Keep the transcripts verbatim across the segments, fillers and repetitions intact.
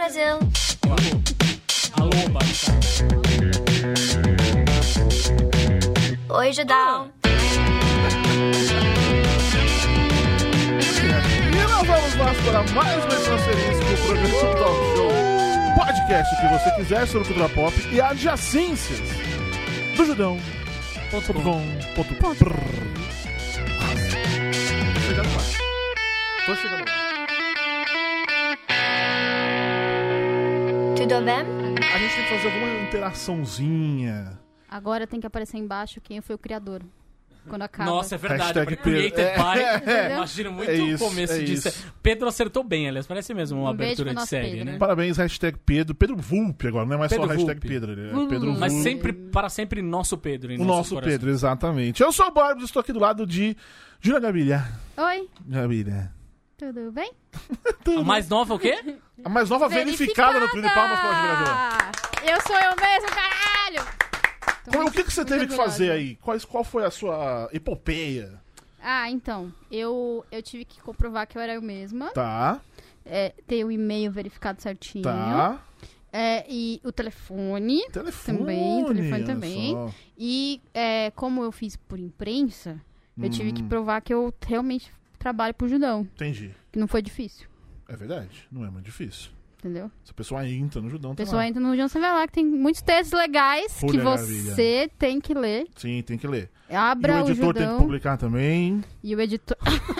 Brasil. Alô, Barça. Oi, Judão. E nós vamos lá para mais uma transferência do programa Talk Show. Podcast que você quiser sobre cultura pop e adjacências do Judão. Ponto com, ponto brrr. Tô chegando lá. Tô chegando lá. Tudo bem? A gente tem que fazer alguma interaçãozinha. Agora tem que aparecer embaixo quem foi o criador. Quando acaba. Nossa, é verdade. Hashtag Created Pedro. by. É, é, Imagino muito é o isso, começo é disso. isso. Pedro acertou bem, aliás. Parece mesmo uma Um beijo abertura pro de nosso série, Pedro. né? Parabéns, hashtag Pedro. Pedro Vulpe agora, não é mais Pedro só hashtag Vulpe. Pedro. É Vulpe. Pedro Mas Vulpe. sempre, para sempre, nosso Pedro em O nossos nosso corações. Pedro, exatamente. Eu sou o Borbs, estou aqui do lado de Júlia Gabilha. Oi, Gabilha. tudo bem? A mais nova o quê? A mais nova verificada, no Twitter. Palmas para a Júlia Gabilha. Eu sou eu mesmo, caralho! Tô Como- O muito- que, que você muito teve que orgulhosa. fazer aí? Quais, qual foi a sua epopeia? Ah, então, eu, eu tive que comprovar que eu era eu mesma. Tá, É, ter o e-mail verificado certinho. tá. É, e o telefone. Telefone. Também, telefone olha também. só. E é, como eu fiz por imprensa, eu tive que Hum. provar que eu realmente trabalho pro Judão. Entendi. Que não foi difícil, É verdade, não é muito difícil. entendeu? Se a pessoa entra no Judão, A tá pessoa lá. entra no Judão, você vai lá que tem muitos textos legais Folha que Maravilha. você tem que ler. Sim, tem que ler. Abra e o o editor tem que Judão publicar também, e o editor...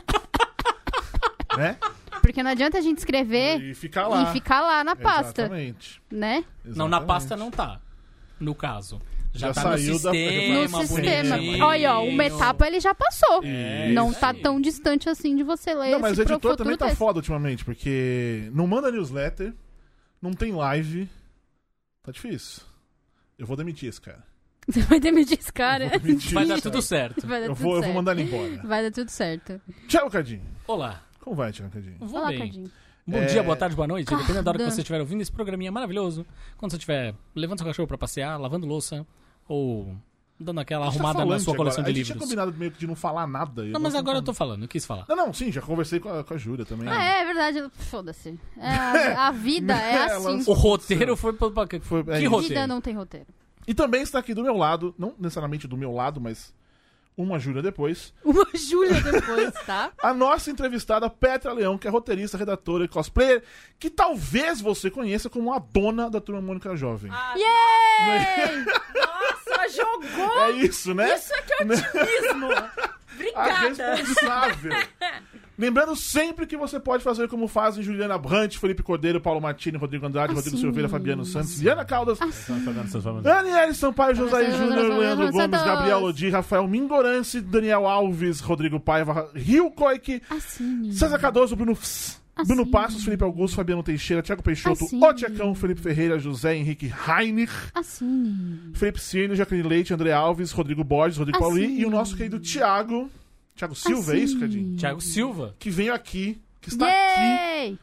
né? Porque não adianta a gente escrever E ficar lá. e ficar lá na pasta, Exatamente. né? Não, na Exatamente. pasta não tá. No caso. Já, Já tá saiu no da- sistema, No sistema. bonitinho. Olha, ó, uma etapa ele já passou. É, não isso tá aí. tão distante assim de você ler Não, mas esse o editor pro também futuro tá texto. foda ultimamente, porque não manda newsletter, não tem live. Tá difícil. Eu vou demitir esse cara. Você vai demitir esse cara? Eu vou demitir Vai esse dar cara. tudo certo. Vai dar Eu tudo vou, eu vou certo. mandar ele embora. Vai dar tudo certo. Tchau, Cadinho. Olá. Como vai, Tchau, Cadinho? Vou Olá, bem. Cadinho. Bom É. dia, boa tarde, boa noite. Dependendo da hora que Carda. você estiver ouvindo esse programinha maravilhoso. Quando você estiver levando seu cachorro pra passear, lavando louça ou dando aquela A gente tá arrumada na falante sua coleção agora. de A gente tinha livros. combinado meio que de não falar nada. Não, mas agora eu tô falando, eu quis falar. Não, não, sim, já conversei com a, com a Júlia também. Ah, é, é verdade. Foda-se. É, a, a vida é Ela- assim. O roteiro foi pra... pra- que Foi- é que isso. Vida roteiro? não tem roteiro. E também está aqui do meu lado, não necessariamente do meu lado, mas uma Júlia depois, Uma Júlia depois, tá? a nossa entrevistada Petra Leão, que é roteirista, redatora e cosplayer, que talvez você conheça como a dona da Turma Mônica Jovem. Yay! Nossa, jogou! É isso, né? Isso é que é otimismo! A Obrigada! responsável. Lembrando sempre que você pode fazer como fazem Juliana Brandt, Felipe Cordeiro, Paulo Martini, Rodrigo Andrade, Rodrigo Assim. Silveira, Fabiano Santos, Liana Caldas, Assim. Daniel Sampaio, José Santos, Júnior, Santos, Leandro Santos. Gomes, Gabriel Lodi, Rafael Mingorance, Daniel Alves, Rodrigo Paiva, Rio Coique, Assim. César Cardoso, Bruno, Fs, Assim. Bruno Passos, Felipe Augusto, Fabiano Teixeira, Thiago Peixoto, Assim. O Tchecão, Felipe Ferreira, José Henrique Heinrich, Assim. Felipe Cirne, Jaqueline Leite, André Alves, Rodrigo Borges, Rodrigo Assim. Pauli e o nosso querido Thiago, Thiago Silva, é isso, Cadinho? Thiago Silva. Que veio aqui, que está aqui. Yay!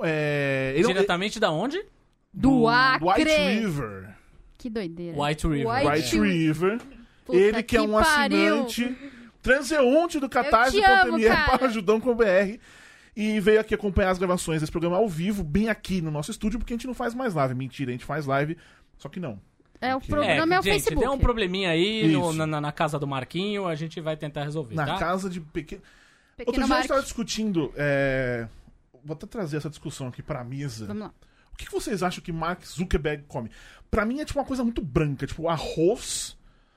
É, ele, Diretamente da onde? Do White Acre. River. Que doideira. White River. White White River. River. Puta ele que é que um pariu. assinante transeunte do te amo, catarse.me cara. para Judão com B R. E veio aqui acompanhar as gravações desse programa ao vivo, bem aqui no nosso estúdio, porque a gente não faz mais live. Mentira, a gente faz live, só que não. É, o Que- programa é, o gente, Facebook. tem um probleminha aí no- Isso. na, na- na casa do Marquinho, a gente vai tentar resolver, Na tá? casa de pequeno... Pequeno Outro dia a gente Mark. estava discutindo... é, Vou até trazer essa discussão aqui pra mesa. Vamos lá. O que que vocês acham que Mark Zuckerberg come? Pra mim é tipo uma coisa muito branca, tipo arroz,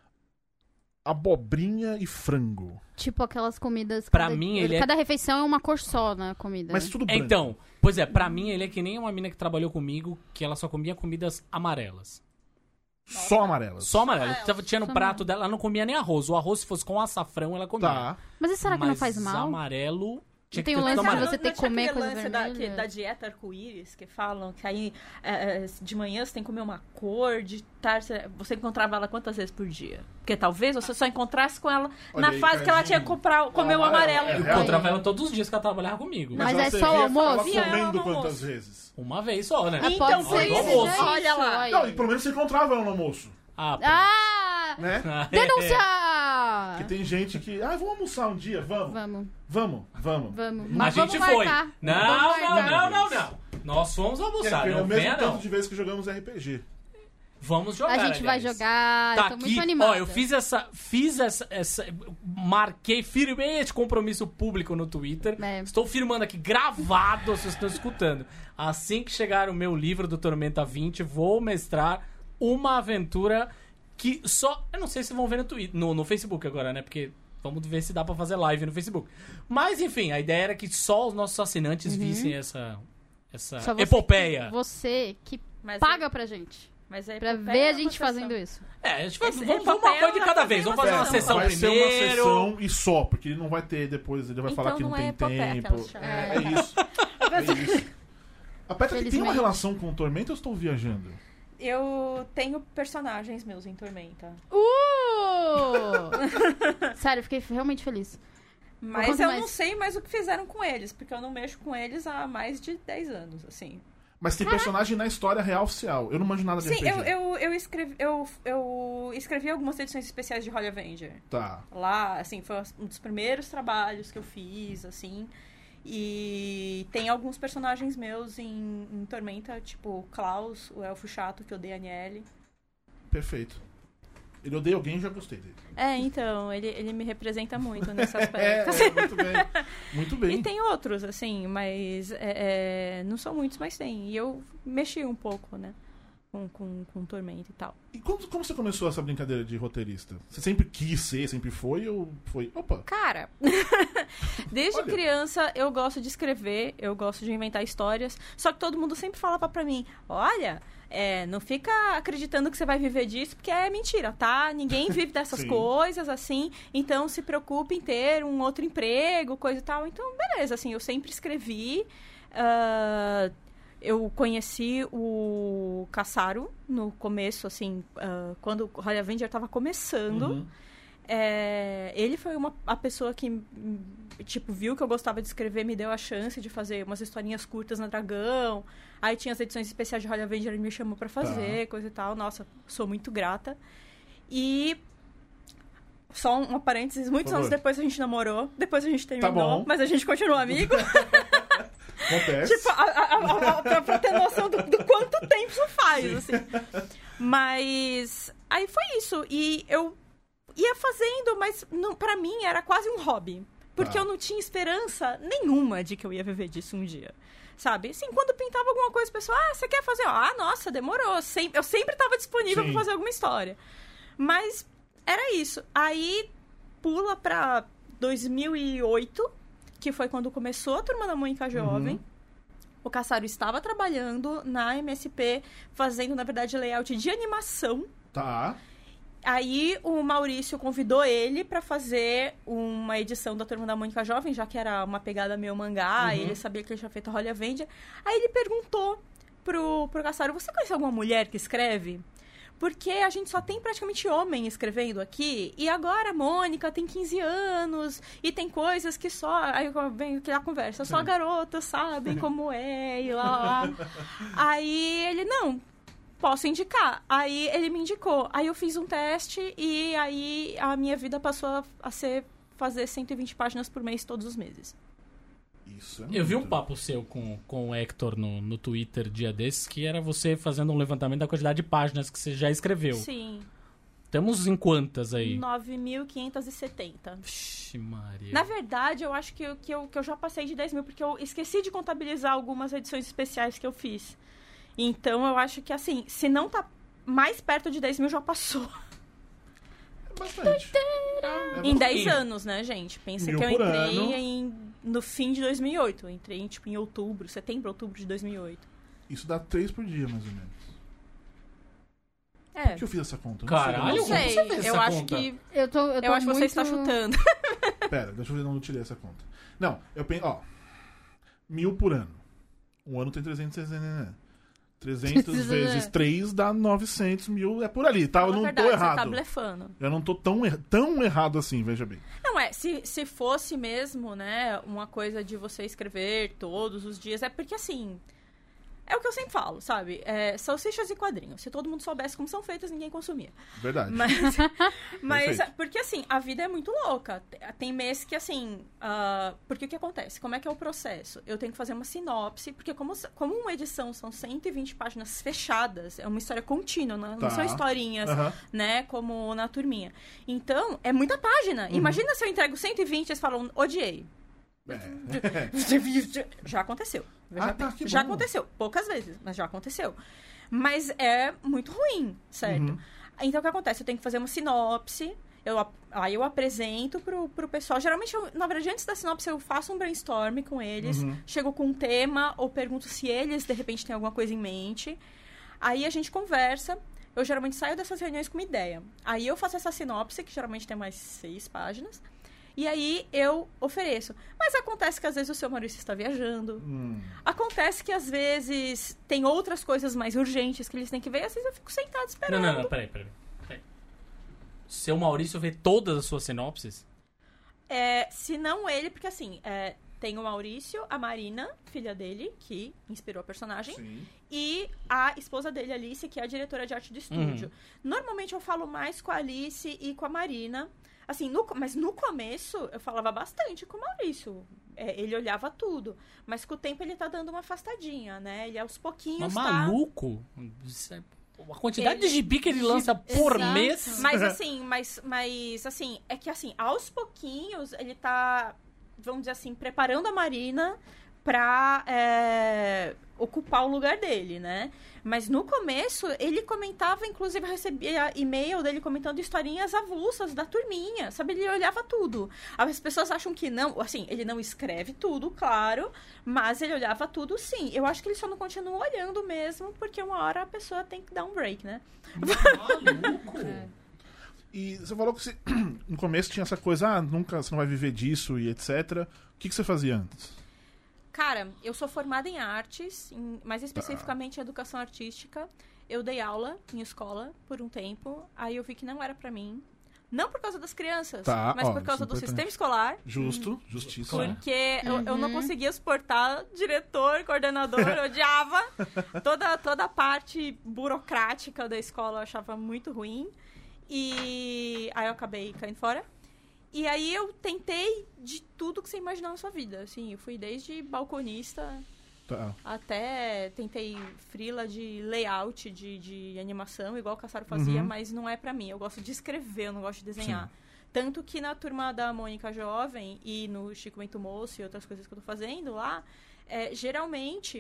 abobrinha e frango. Tipo aquelas comidas... Pra cada, mim, ele é- Cada refeição é uma cor só na comida. Mas né? tudo branco. Então, pois é, pra mim ele é que nem uma mina que trabalhou comigo, que ela só comia comidas amarelas. Só amarelas. Só amarela. Tava, tinha no Só prato amarelo. dela, ela não comia nem arroz. O arroz, se fosse com açafrão, ela comia. Tá. Mas e será que Mas não faz mal? amarelo... Tinha tem que um ter lance tudo de amarelo. você ter que tinha comer aquele coisa lance da, vermelha? que- da dieta arco-íris, que falam que aí é, é, de manhã você tem que comer uma cor, de tarde você- você encontrava ela quantas vezes por dia? Porque talvez você só encontrasse com ela Olha na aí, fase que ela Cadinho. tinha que comprar, comer o amarelo, amarelo. é Eu real. encontrava ela todos os dias que ela trabalhava comigo. Mas Mas é você só o via almoço? ela Via ela comendo no quantas almoço. vezes? Uma vez só, né? Ah, Então, pode por ser isso, que almoço. seja olha isso, lá. aí. Não, e pelo menos você encontrava ela no almoço, Ah, pô. Ah! né? Denúncia! Porque tem gente que... Ah, vamos almoçar um dia, vamos. Vamos, Vamos, vamos, vamos. vamos. A Mas gente vamos foi. marcar. Não, Vamos não, marcar. não, não, não. Nós fomos almoçar, É, é não o mesmo venha tanto não. de vezes que jogamos R P G. Vamos jogar, A gente vai aliás. jogar, Tá eu tô aqui, muito animada. ó, eu fiz essa, fiz essa, essa, marquei, firmei esse compromisso público no Twitter. É. Estou firmando aqui, gravado, vocês estão escutando. Assim que chegar o meu livro do Tormenta vinte, vou mestrar uma aventura que só, eu não sei se vão ver no Twitter, no, no Facebook agora, né? Porque vamos ver se dá pra fazer live no Facebook. Mas enfim, a ideia era que só os nossos assinantes Uhum. vissem essa, essa Só você epopeia. Que, você que Mas paga pra gente. Mas aí Pra epopeia ver é a uma gente sessão. fazendo isso. É, a gente vai, Esse vamos fazer uma epopeia coisa de cada vai vez. fazer Vamos fazer uma uma sessão vai primeiro. ser uma sessão e só, porque ele não vai ter depois, ele vai Então falar que não, não tem é epopeia, tempo. aquelas chaves. É, é isso. É isso. A Petra que tem uma Felizmente. relação com o Tormenta ou eu estou viajando? Eu tenho personagens meus em Tormenta. Uh! Sério, eu fiquei realmente feliz. Mas conta eu mais. não sei mais o que fizeram com eles, porque eu não mexo com eles há mais de dez anos, assim. Mas tem personagem na história real oficial. Eu não manjo nada de Sim, R P G. eu, eu, eu, escrevi, eu, eu escrevi algumas edições especiais de Holy Avenger. Tá. Lá, assim, foi um dos primeiros trabalhos que eu fiz, assim. E tem alguns personagens meus em, em Tormenta, tipo o Klaus, o elfo chato que odeia a Aniele. Perfeito. Ele odeia alguém e já gostei dele. É, então, ele, ele me representa muito nesse aspecto. É, é, muito bem. Muito bem. E tem outros, assim, mas é, é, não são muitos, mas tem. E eu mexi um pouco, né? Com, com, com Tormenta e tal. E como, como você começou essa brincadeira de roteirista? Você sempre quis ser, sempre foi ou foi... Opa! Cara, desde Olha. criança eu gosto de escrever, eu gosto de inventar histórias, só que todo mundo sempre falava pra mim, olha, é, não fica acreditando que você vai viver disso, porque é mentira, tá? Ninguém vive dessas Sim. coisas, assim, então se preocupe em ter um outro emprego, coisa e tal. Então, beleza, assim, eu sempre escrevi, ah, eu conheci o Cassaro no começo, assim, ah, quando o Holy Avenger tava começando. Uhum. É, ele foi uma, a pessoa que, hum, tipo, viu que eu gostava de escrever, me deu a chance de fazer umas historinhas curtas na Dragão. Aí tinha as edições especiais de Holy Avenger, ele me chamou pra fazer, Tá. coisa e tal. Nossa, sou muito grata. E só um, um parênteses, muitos Por anos favor. depois a gente namorou, depois a gente terminou, bom. mas a gente continua amigo. Acontece. Tipo, a, a, a, a, pra, pra ter noção do, do quanto tempo isso faz, assim. Mas aí foi isso. E eu ia fazendo, mas não, pra mim era quase um hobby. Porque Tá. eu não tinha esperança nenhuma de que eu ia viver disso um dia. Sabe? Assim, quando pintava alguma coisa, o pessoal, ah, você quer fazer? Ah, nossa, demorou. Sem- eu sempre estava disponível Sim. pra fazer alguma história. Mas era isso. Aí pula pra dois mil e oito, que foi quando começou a Turma da Mônica Jovem. Uhum. O Cassaro estava trabalhando na M S P, fazendo, na verdade, layout de animação. Tá. Aí o Maurício convidou ele pra fazer uma edição da Turma da Mônica Jovem, já que era uma pegada meio mangá, Uhum. e ele sabia que ele tinha feito a Holy Avenger. Aí ele perguntou pro, pro Cassaro, você conhece alguma mulher que escreve? Porque a gente só tem praticamente homem escrevendo aqui, e agora a Mônica tem quinze anos, e tem coisas que só... Aí vem aquela conversa, só Sim. garotas sabem como é, e lá, lá. Aí ele, não... Posso indicar. Aí ele me indicou. Aí eu fiz um teste e aí a minha vida passou a, a ser fazer cento e vinte páginas por mês todos os meses. Isso é Eu vi um muito. papo seu com, com o Hector no, no Twitter dia desses, que era você fazendo um levantamento da quantidade de páginas que você já escreveu. Sim. Temos em quantas aí? nove mil quinhentos e setenta. Vixe, Maria. Na verdade, eu acho que eu, que, eu, que eu já passei de dez mil, porque eu esqueci de contabilizar algumas edições especiais que eu fiz. Então, eu acho que, assim, se não tá mais perto de dez mil, já passou. É bastante. É Em bastante. dez anos, né, gente? Pensa Mil que eu por entrei ano. em, no fim de dois mil e oito. Eu entrei, tipo, em outubro, setembro, outubro de dois mil e oito. Isso dá três por dia, mais ou menos. É. Por que eu fiz essa conta? Eu Caralho, não Não sei. como sei, você fez eu essa acho conta? que... Eu tô, eu tô Eu acho que muito... você está chutando. Pera, deixa eu ver, não tirei essa conta. Não, eu penso, ó. Mil por ano. Um ano tem trezentos e sessenta. trezentos vezes três dá novecentos mil. É por ali, tá? Eu Na não verdade, tô você tá errado. blefando. Eu não tô tão, er- tão errado assim, veja bem. Não, é, se, se fosse mesmo, né, uma coisa de você escrever todos os dias, é porque, assim, É o que eu sempre falo, sabe? É, salsichas e quadrinhos. Se todo mundo soubesse como são feitas, ninguém consumia. Verdade. Mas, mas Perfeito. porque assim, a vida é muito louca. Tem mês que assim... Uh, porque o que acontece? Como é que é o processo? Eu tenho que fazer uma sinopse, porque como, como uma edição são cento e vinte páginas fechadas, é uma história contínua, não, Tá. não são historinhas, Aham. né? Como na turminha. Então, é muita página. Uhum. Imagina se eu entrego cento e vinte e eles falam, odiei. É. Já aconteceu. Ah, Já, tá, que já bom. aconteceu. Poucas vezes, mas já aconteceu. Mas é muito ruim, certo? Uhum. Então, o que acontece? Eu tenho que fazer uma sinopse. Eu, ap- aí eu apresento pro, pro pessoal. Geralmente, eu, na verdade, antes da sinopse, eu faço um brainstorm com eles. Uhum. Chego com um tema ou pergunto se eles, de repente, têm alguma coisa em mente. Aí a gente conversa. Eu geralmente saio dessas reuniões com uma ideia. Aí eu faço essa sinopse, que geralmente tem mais seis páginas. E aí eu ofereço. Mas acontece que às vezes o seu Maurício está viajando. Hum. Acontece que às vezes tem outras coisas mais urgentes que eles têm que ver. E às vezes eu fico sentado Não, esperando. não, não, peraí, peraí. peraí. Seu Maurício vê todas as suas sinopses? É, se não ele, porque assim, é, tem o Maurício, a Marina, filha dele, que inspirou a personagem. Sim. E a esposa dele, Alice, que é a diretora de arte do estúdio. Normalmente eu falo mais com a Alice e com a Marina. Assim, no, mas no começo eu falava bastante com o Maurício. É, ele olhava tudo. Mas com o tempo ele tá dando uma afastadinha, né? Ele aos pouquinhos Mas tá... maluco? Isso é... A quantidade Ele- de gibi que ele lança por Exato. mês... Mas assim, mas, mas assim, é que assim, aos pouquinhos ele tá, vamos dizer assim, preparando a Marina pra é, ocupar o lugar dele, né? Mas no começo, ele comentava, inclusive eu recebia e-mail dele comentando historinhas avulsas da turminha, sabe? Ele olhava tudo. As pessoas acham que não, assim, ele não escreve tudo, claro, mas ele olhava tudo sim. Eu acho que ele só não continua olhando mesmo, porque uma hora a pessoa tem que dar um break, né? Maluco! E você falou que você, no começo tinha essa coisa, ah, nunca você não vai viver disso e etcétera. O que, que você fazia antes? Cara, eu sou formada em artes, em- mais especificamente em educação artística. Eu dei aula em escola por um tempo, aí eu vi que não era pra mim. Não por causa das crianças, Tá, mas ó, por causa isso é do importante. sistema escolar. Justo, justiça. Claro. Porque eu, eu não Uhum. conseguia suportar diretor, coordenador, eu odiava. Toda, toda a parte burocrática da escola eu achava muito ruim. E aí eu acabei caindo fora. E aí eu tentei de tudo que você imaginar na sua vida. Assim, eu fui desde balconista Tá. até tentei freela de layout de, de animação, igual o Cassaro fazia, Uhum. mas não é pra mim. Eu gosto de escrever, eu não gosto de desenhar. Tanto que na turma da Mônica Jovem e no Chico Bento Moço e outras coisas que eu tô fazendo lá, é, geralmente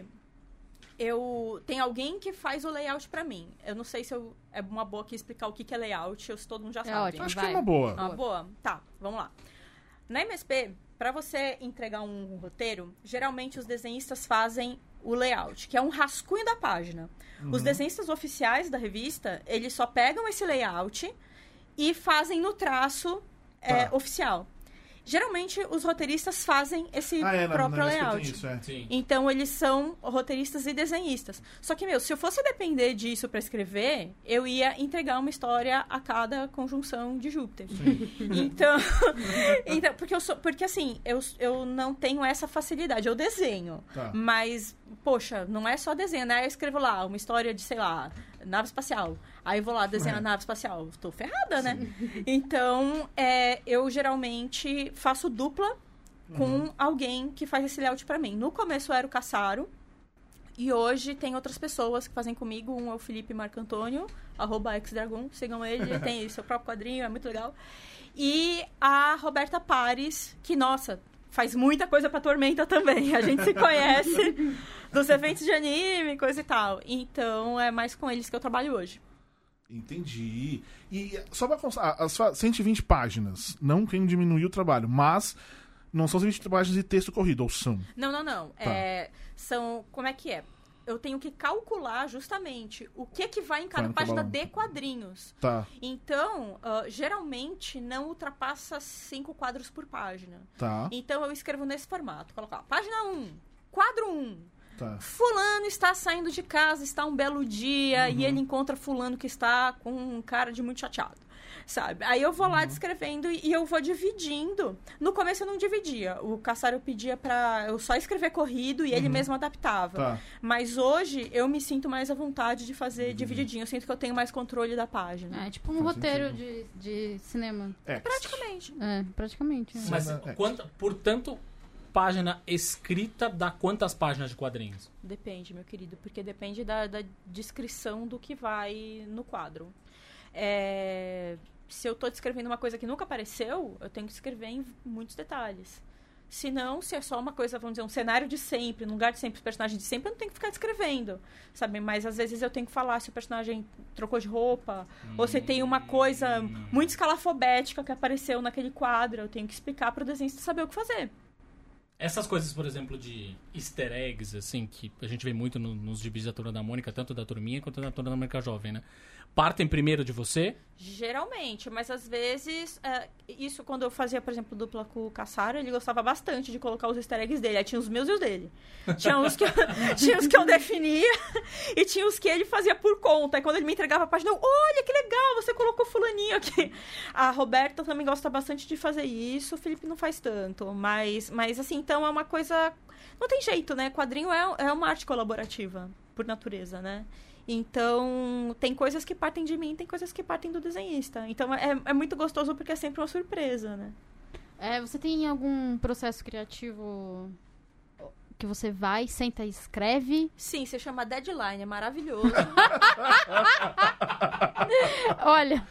eu tem alguém que faz o layout pra mim. Eu não sei se eu, é uma boa aqui explicar o que, que é layout, ou se todo mundo já É sabe. ótimo. Acho que Vai. é uma boa. Uma boa? Tá, vamos lá. Na M S P, pra você entregar um roteiro, geralmente os desenhistas fazem o layout, que é um rascunho da página. Os desenhistas oficiais da revista, eles só pegam esse layout e fazem no traço é, Tá. oficial. Geralmente, os roteiristas fazem esse Ah, é, na, próprio na M S P tem layout. isso, é. Sim. Então, eles são roteiristas e desenhistas. Só que, meu, se eu fosse depender disso pra escrever, eu ia entregar uma história a cada conjunção de Júpiter. Então, então porque, eu sou, porque assim, eu, eu não tenho essa facilidade. Eu desenho, Tá. mas, poxa, não é só desenho, né? Eu escrevo lá uma história de, sei lá, nave espacial. Aí eu vou lá desenhar É. a nave espacial. Tô ferrada, né? Então, é, eu geralmente faço dupla com alguém que faz esse layout pra mim. No começo era o Cassaro. E hoje tem outras pessoas que fazem comigo. Um é o Felipe Marco Antônio, arroba xdragon. Sigam ele, ele tem seu próprio quadrinho, é muito legal. E a Roberta Pares, que, nossa, faz muita coisa pra Tormenta também. A gente se conhece dos eventos de anime, coisa e tal. Então, é mais com eles que eu trabalho hoje. Entendi. E só pra constar, as fa- cento e vinte páginas, não quem diminuir o trabalho, mas não são cento e vinte páginas de texto corrido, ou são? Não, não, não. Tá. É, são. Como é que é? Eu tenho que calcular justamente o que que vai em cada Vai no página tabuão. de quadrinhos. Tá, Então, ah, geralmente não ultrapassa cinco quadros por página. tá. Então eu escrevo nesse formato. Colocar página um, quadro um. Tá. Fulano está saindo de casa, está um belo dia, uhum. e ele encontra fulano que está com um cara de muito chateado, sabe? Aí eu vou lá uhum. descrevendo e eu vou dividindo. No começo eu não dividia. O Cassaro pedia pra eu só escrever corrido e ele uhum. mesmo adaptava. Tá. Mas hoje eu me sinto mais à vontade de fazer uhum. divididinho. Eu sinto que eu tenho mais controle da página. É tipo um Faz roteiro de, de cinema. É. Praticamente. É, praticamente. É. Mas, quanto, portanto... página escrita dá quantas páginas de quadrinhos? Depende, meu querido, porque depende da, da descrição do que vai no quadro. É, se eu estou descrevendo uma coisa que nunca apareceu, eu tenho que escrever em muitos detalhes. Se não, se é só uma coisa, vamos dizer, um cenário de sempre, num lugar de sempre, personagem de sempre, eu não tenho que ficar descrevendo, sabe? Mas às vezes eu tenho que falar se o personagem trocou de roupa, hum. ou se tem uma coisa muito escalafobética que apareceu naquele quadro, eu tenho que explicar para o desenhista saber o que fazer. Essas coisas, por exemplo, de easter eggs, assim, que a gente vê muito no, nos gibis da Turma da Mônica, tanto da Turminha quanto da Turma da Mônica Jovem, né? Partem primeiro de você? Geralmente, mas às vezes, é, isso quando eu fazia, por exemplo, dupla com o Cassaro, ele gostava bastante de colocar os easter eggs dele. Aí tinha os meus e os dele. Tinha os que eu, tinha os que eu definia e tinha os que ele fazia por conta. Aí quando ele me entregava a página, eu, olha que legal, você colocou fulaninho aqui. A Roberta também gosta bastante de fazer isso, o Felipe não faz tanto. Mas, mas assim, então é uma coisa... Não tem jeito, né? Quadrinho é, é uma arte colaborativa, por natureza, né? Então, tem coisas que partem de mim, tem coisas que partem do desenhista. Então, é, é muito gostoso porque é sempre uma surpresa, né? É, você tem algum processo criativo que você vai, senta e escreve? Sim, se chama deadline, é maravilhoso. Olha.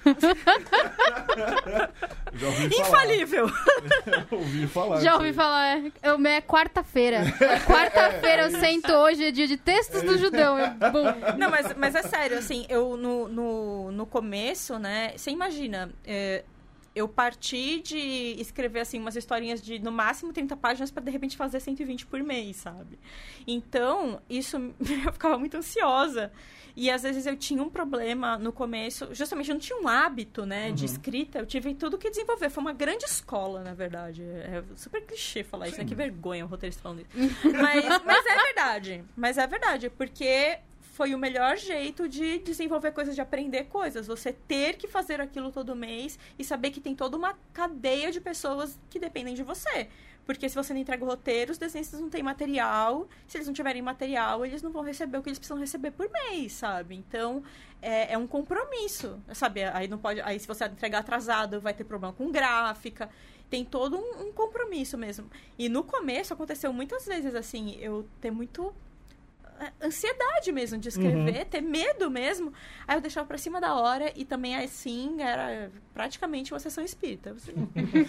Já ouvi Infalível. falar. ouvi falar. Já ouvi falar. É, é quarta-feira. Quarta-feira eu sento hoje, é dia de textos do Judão. Eu, bum. Não, mas, mas é sério, assim, eu no, no, no começo, né, você imagina... É, eu parti de escrever, assim, umas historinhas de, no máximo, trinta páginas para de repente, fazer cento e vinte por mês, sabe? Então, isso... Eu ficava muito ansiosa. E, às vezes, eu tinha um problema no começo. Justamente, eu não tinha um hábito, né, uhum. de escrita. Eu tive tudo que desenvolver. Foi uma grande escola, na verdade. É super clichê falar isso, né? Que vergonha o roteirista falando isso. mas, mas é verdade. Mas é verdade, porque... foi o melhor jeito de desenvolver coisas, de aprender coisas. Você ter que fazer aquilo todo mês e saber que tem toda uma cadeia de pessoas que dependem de você. Porque se você não entrega o roteiro, os desenhistas não têm material. Se eles não tiverem material, eles não vão receber o que eles precisam receber por mês, sabe? Então, é, é um compromisso, sabe? Aí, não pode, aí se você entregar atrasado, vai ter problema com gráfica. Tem todo um, um compromisso mesmo. E no começo, aconteceu muitas vezes, assim, eu ter muito... ansiedade mesmo de escrever, uhum. ter medo mesmo. Aí eu deixava pra cima da hora e também assim, era praticamente uma sessão espírita. Assim.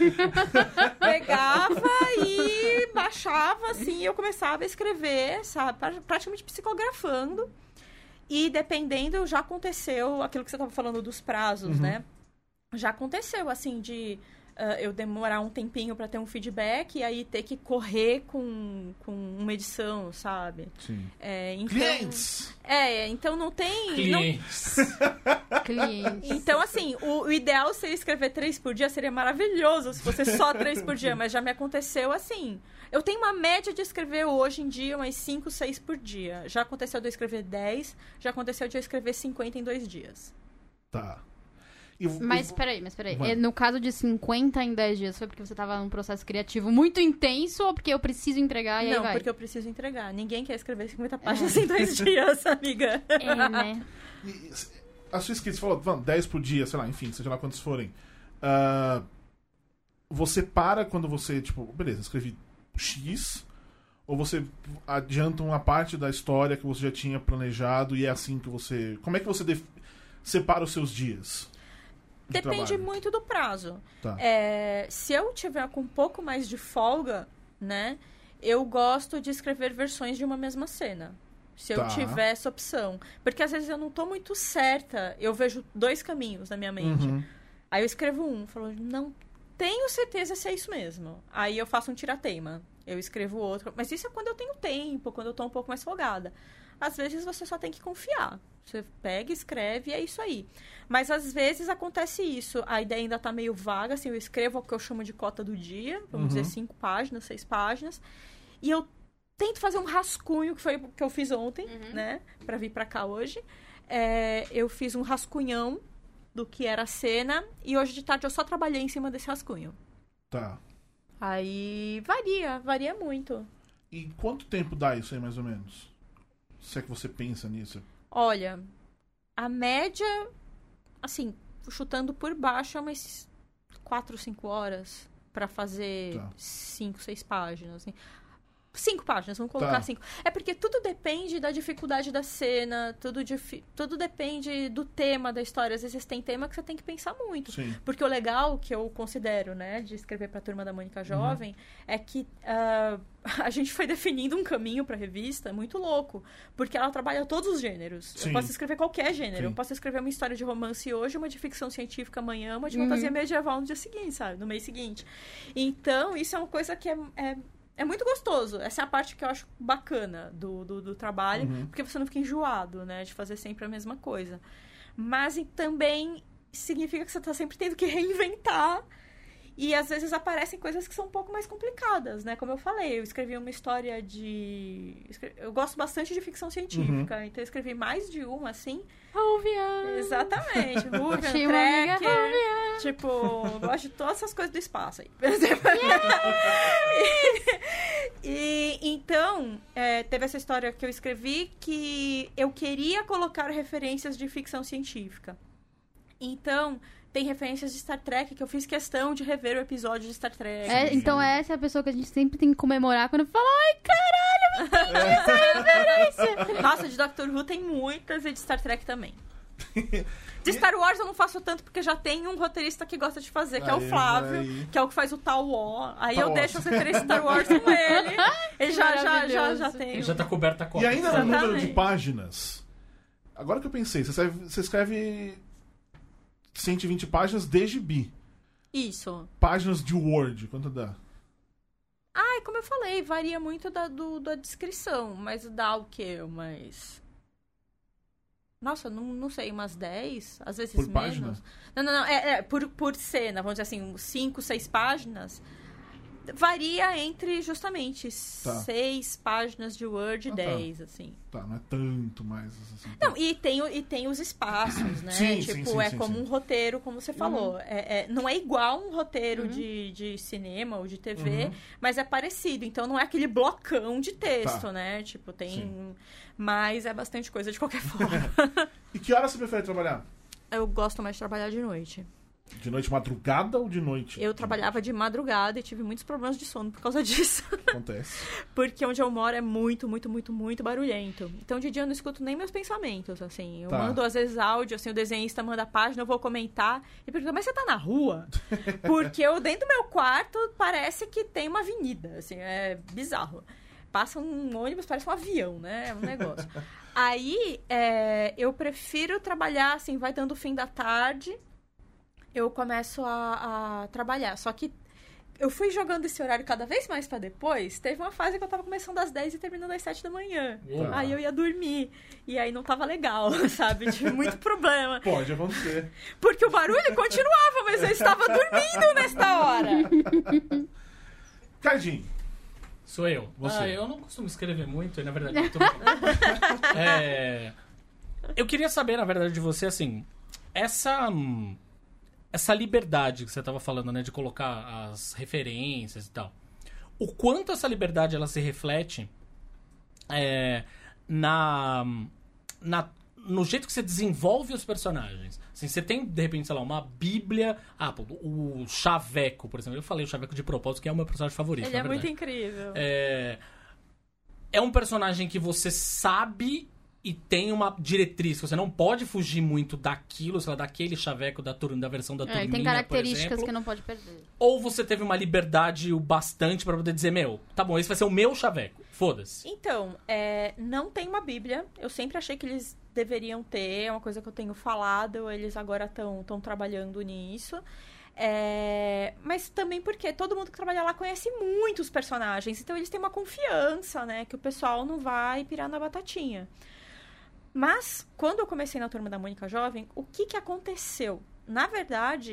Pegava e baixava assim, e eu começava a escrever, sabe, praticamente psicografando. E dependendo, já aconteceu aquilo que você tava falando dos prazos, uhum. né? Já aconteceu assim de Uh, eu demorar um tempinho para ter um feedback e aí ter que correr com, com uma edição, sabe? Sim. É, então, Clientes! É, então não tem... Clientes. Não... Clientes. Então, assim, o, o ideal seria escrever três por dia, seria maravilhoso se fosse só três por dia, mas já me aconteceu assim. Eu tenho uma média de escrever hoje em dia umas cinco, seis por dia. Já aconteceu de eu escrever dez, já aconteceu de eu escrever cinquenta em dois dias. Tá. E, mas e, peraí, mas peraí. Vai. No caso de cinquenta em dez dias, foi porque você tava num processo criativo muito intenso ou porque eu preciso entregar e Não, aí vai? porque eu preciso entregar. Ninguém quer escrever cinquenta páginas é. em dois dias, amiga. É, né? E, a sua escrita, você falou, vamos, dez por dia, sei lá, enfim, seja lá quantos forem. Uh, você para quando você, tipo, beleza, escrevi X, ou você adianta uma parte da história que você já tinha planejado e é assim que você... Como é que você def... separa os seus dias? De Depende trabalho? muito do prazo. Tá. É, se eu tiver com um pouco mais de folga, né, eu gosto de escrever versões de uma mesma cena. Se tá. eu tiver essa opção. Porque às vezes eu não tô muito certa, eu vejo dois caminhos na minha mente. Uhum. Aí eu escrevo um, falo, não tenho certeza se é isso mesmo. Aí eu faço um tirateima, eu escrevo outro. Mas isso é quando eu tenho tempo, quando eu tô um pouco mais folgada. Às vezes você só tem que confiar. Você pega, escreve e é isso aí. Mas às vezes acontece isso. A ideia ainda tá meio vaga, assim, eu escrevo o que eu chamo de cota do dia, vamos uhum. dizer cinco páginas, seis páginas, e eu tento fazer um rascunho, que foi o que eu fiz ontem, Uhum. né? Pra vir pra cá hoje. É, eu fiz um rascunhão do que era a cena. E hoje de tarde eu só trabalhei em cima desse rascunho. Tá. Aí varia, varia muito. E quanto tempo dá isso aí, mais ou menos? Se é que você pensa nisso. Olha, a média, assim, chutando por baixo, é umas quatro, cinco horas pra fazer Tá. cinco, seis páginas. Assim. Cinco páginas, vamos colocar Tá. cinco. É porque tudo depende da dificuldade da cena, tudo, difi- tudo depende do tema da história. Às vezes tem tema que você tem que pensar muito. Sim. Porque o legal, que eu considero, né, de escrever pra Turma da Mônica Jovem, Uhum. é que ah, a gente foi definindo um caminho pra revista muito louco. Porque ela trabalha todos os gêneros. Sim. Eu posso escrever qualquer gênero. Sim. Eu posso escrever uma história de romance hoje, uma de ficção científica amanhã, uma de Uhum. fantasia medieval no dia seguinte, sabe? No mês seguinte. Então, isso é uma coisa que é... é É muito gostoso. Essa é a parte que eu acho bacana do, do, do trabalho. Uhum. Porque você não fica enjoado, né? De fazer sempre a mesma coisa. Mas e também significa que você tá sempre tendo que reinventar. E às vezes aparecem coisas que são um pouco mais complicadas, né? Como eu falei, eu escrevi uma história de... Eu gosto bastante de ficção científica. Uhum. Então eu escrevi mais de uma, assim. Ruvian. Exatamente. Ruvian, Tinha uma amiga Tracker. Ruvian. Tipo, eu gosto de todas essas coisas do espaço aí. Por exemplo. E então, é, teve essa história que eu escrevi que eu queria colocar referências de ficção científica. Então, tem referências de Star Trek que eu fiz questão de rever o episódio de Star Trek. É, então essa é a pessoa que a gente sempre tem que comemorar quando fala, ai, caralho, eu entendi essa referência. Nossa, de Doctor Who tem muitas e de Star Trek também. De Star Wars eu não faço tanto porque já tem um roteirista que gosta de fazer, que é o Aí, Flávio, aí. que é o que faz o Tal War. Aí Tal eu War. deixo as referências de Star Wars com ele. Ele já, já, já, já Maravilhoso. tem. Já tá coberta a cópia. E ainda no número de Exatamente. páginas. Agora que eu pensei, você escreve, você escreve cento e vinte páginas de gibi. Isso. Páginas de Word, quanto dá? Ai, como eu falei, varia muito da, do, da descrição, mas dá o quê? Umas... Nossa, não, não sei, umas dez? Às vezes Por menos. página? Não, não, não, é, é por, por cena, vamos dizer assim, cinco, seis páginas. Varia entre, justamente, Tá. seis páginas de Word e Ah, tá. dez, assim. Tá, não é tanto mais assim. Não, e tem, o- e tem os espaços, né? Sim, tipo, sim, sim, é sim, como sim. um roteiro, como você falou. É, é- não é igual um roteiro de, de cinema ou de T V, Uhum. mas é parecido. Então não é aquele blocão de texto, Tá. né? Tipo, tem. Sim. Mas é bastante coisa de qualquer forma. E que hora você prefere trabalhar? Eu gosto mais de trabalhar de noite. De noite madrugada ou de noite? Eu trabalhava de madrugada e tive muitos problemas de sono por causa disso. Acontece. Porque onde eu moro é muito, muito, muito, muito barulhento. Então, de dia eu não escuto nem meus pensamentos, assim. Eu Tá. mando, às vezes, áudio, assim, o desenhista manda a página, eu vou comentar. E pergunta, mas você tá na rua? Porque eu, dentro do meu quarto, parece que tem uma avenida, assim, é bizarro. Passa um ônibus, parece um avião, né? É um negócio. Aí, é, eu prefiro trabalhar, assim, vai dando o fim da tarde, eu começo a, a trabalhar. Só que eu fui jogando esse horário cada vez mais pra depois. Teve uma fase que eu tava começando às dez e terminando às sete da manhã. Uau. Aí eu ia dormir. E aí não tava legal, sabe? Tive muito problema. Pode acontecer. Porque o barulho continuava, mas eu estava dormindo nesta hora. Cardinho, Sou eu. Você. Ah, eu não costumo escrever muito, e na verdade eu tô... é... Eu queria saber, na verdade, de você, assim, essa... hum, essa liberdade que você estava falando, né, de colocar as referências e tal. O quanto essa liberdade, ela se reflete é, na, na, no jeito que você desenvolve os personagens. Assim, você tem, de repente, sei lá, uma bíblia... Ah, pô, o Chaveco, por exemplo. Eu falei o Chaveco de propósito, que é o meu personagem favorito, Ele na é muito verdade. incrível. É, é um personagem que você sabe e tem uma diretriz, que você não pode fugir muito daquilo, sei lá, daquele chaveco da, tur- da versão da É, turminha, tem por características exemplo. que não pode perder. Ou você teve uma liberdade o bastante pra poder dizer, meu, tá bom, esse vai ser o meu chaveco, foda-se. Então, é, não tem uma bíblia. Eu sempre achei que eles deveriam ter. É uma coisa que eu tenho falado. Eles agora estão trabalhando nisso. É, mas também porque todo mundo que trabalha lá conhece muitos personagens. Então, eles têm uma confiança, né? Que o pessoal não vai pirar na batatinha. Mas, quando eu comecei na Turma da Mônica Jovem, o que que aconteceu? Na verdade,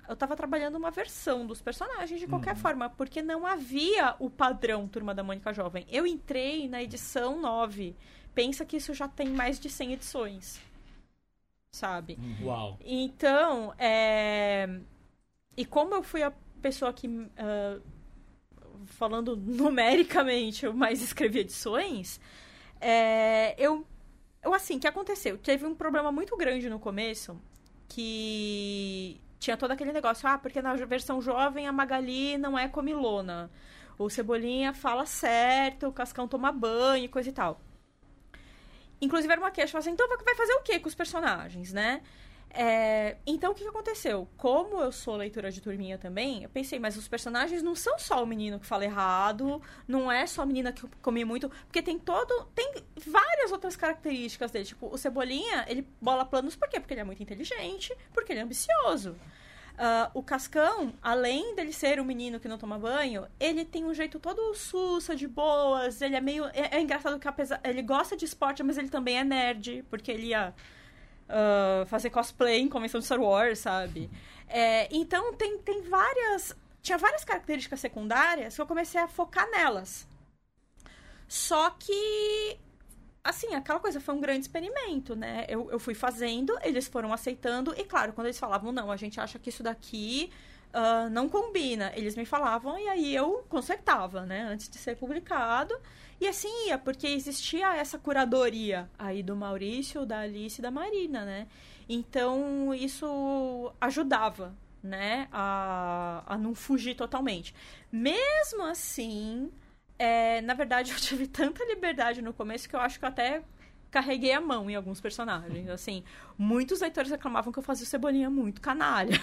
eu tava trabalhando uma versão dos personagens de qualquer uhum. forma, porque não havia o padrão Turma da Mônica Jovem. Eu entrei na edição nove. Pensa que isso já tem mais de cem edições. Sabe? Uau. Então, é... E como eu fui a pessoa que, uh, falando numericamente, eu mais escrevi edições, é... eu... eu, assim, o que aconteceu? Teve um problema muito grande no começo, que tinha todo aquele negócio, ah, porque na versão jovem a Magali não é comilona. O Cebolinha fala certo, o Cascão toma banho, coisa e tal. Inclusive era uma queixa, assim, então vai fazer o quê com os personagens, né? É, então, o que, que aconteceu? Como eu sou leitora de turminha também, eu pensei, mas os personagens não são só o menino que fala errado, não é só a menina que come muito, porque tem todo... Tem várias outras características dele. Tipo, o Cebolinha, ele bola planos por quê? Porque ele é muito inteligente, porque ele é ambicioso. Uh, o Cascão, além dele ser um menino que não toma banho, ele tem um jeito todo sussa, de boas, ele é meio... É, é engraçado que apesar... Ele gosta de esporte, mas ele também é nerd, porque ele ia... Uh, fazer cosplay em convenção de Star Wars, sabe? É, então, tem, tem várias... Tinha várias características secundárias que eu comecei a focar nelas. Só que... Assim, aquela coisa foi um grande experimento, né? Eu, eu fui fazendo, eles foram aceitando. E, claro, quando eles falavam, não, a gente acha que isso daqui uh, não combina. Eles me falavam e aí eu consertava, né? Antes de ser publicado. E assim ia, porque existia essa curadoria aí do Maurício, da Alice e da Marina, né? Então, isso ajudava, né? A, a não fugir totalmente. Mesmo assim, é, na verdade, eu tive tanta liberdade no começo que eu acho que eu até carreguei a mão em alguns personagens. Assim, muitos leitores reclamavam que eu fazia o Cebolinha muito canalha.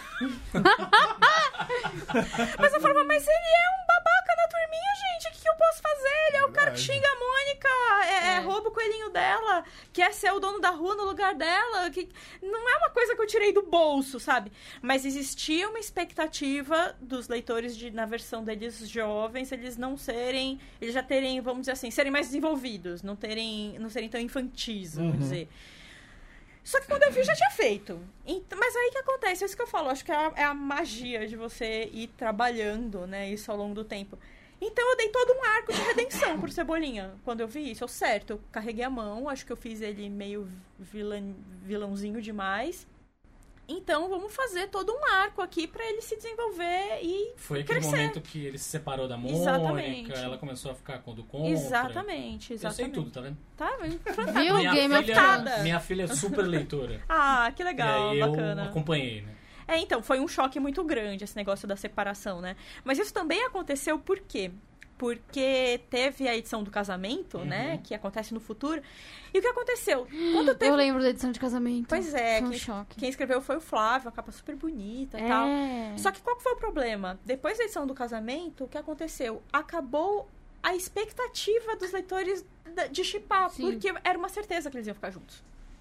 Mas eu falava, mas ele é um babaca na turminha, gente. O que, que eu posso fazer? Ele é o cara que xinga a Mônica, é, é. rouba o coelhinho dela, quer ser o dono da rua no lugar dela. Que... Não é uma coisa que eu tirei do bolso, sabe? Mas existia uma expectativa dos leitores de, na versão deles jovens, eles não serem... Eles já terem, vamos dizer assim, serem mais desenvolvidos, não, terem, não serem tão infantis, vamos uhum. dizer. Só que quando eu vi, já tinha feito. Então, mas aí o que acontece? É isso que eu falo. Acho que é a, é a magia de você ir trabalhando, né? Isso ao longo do tempo. Então, eu dei todo um arco de redenção pro Cebolinha. Quando eu vi isso, eu certo. Eu carreguei a mão. Acho que eu fiz ele meio vilã, vilãozinho demais. Então, vamos fazer todo um arco aqui pra ele se desenvolver e Foi aquele crescer. momento que ele se separou da Mônica, exatamente. Ela começou a ficar com o do contra. Exatamente, exatamente. Eu sei tudo, tá vendo? Tá, fantástico. Viu? Minha Game of filha, Thrones. minha filha é super leitora. Ah, que legal, e aí bacana. eu acompanhei, né? É, então, foi um choque muito grande esse negócio da separação, né? Mas isso também aconteceu por quê? Porque teve a edição do casamento, uhum. né? Que acontece no futuro. E o que aconteceu? Quando teve... Eu lembro da edição de casamento. Pois é. Foi um quem, choque. Quem escreveu foi o Flávio, a capa super bonita e é. tal. Só que qual que foi o problema? Depois da edição do casamento, o que aconteceu? Acabou a expectativa dos leitores de shippar. Porque era uma certeza que eles iam ficar juntos.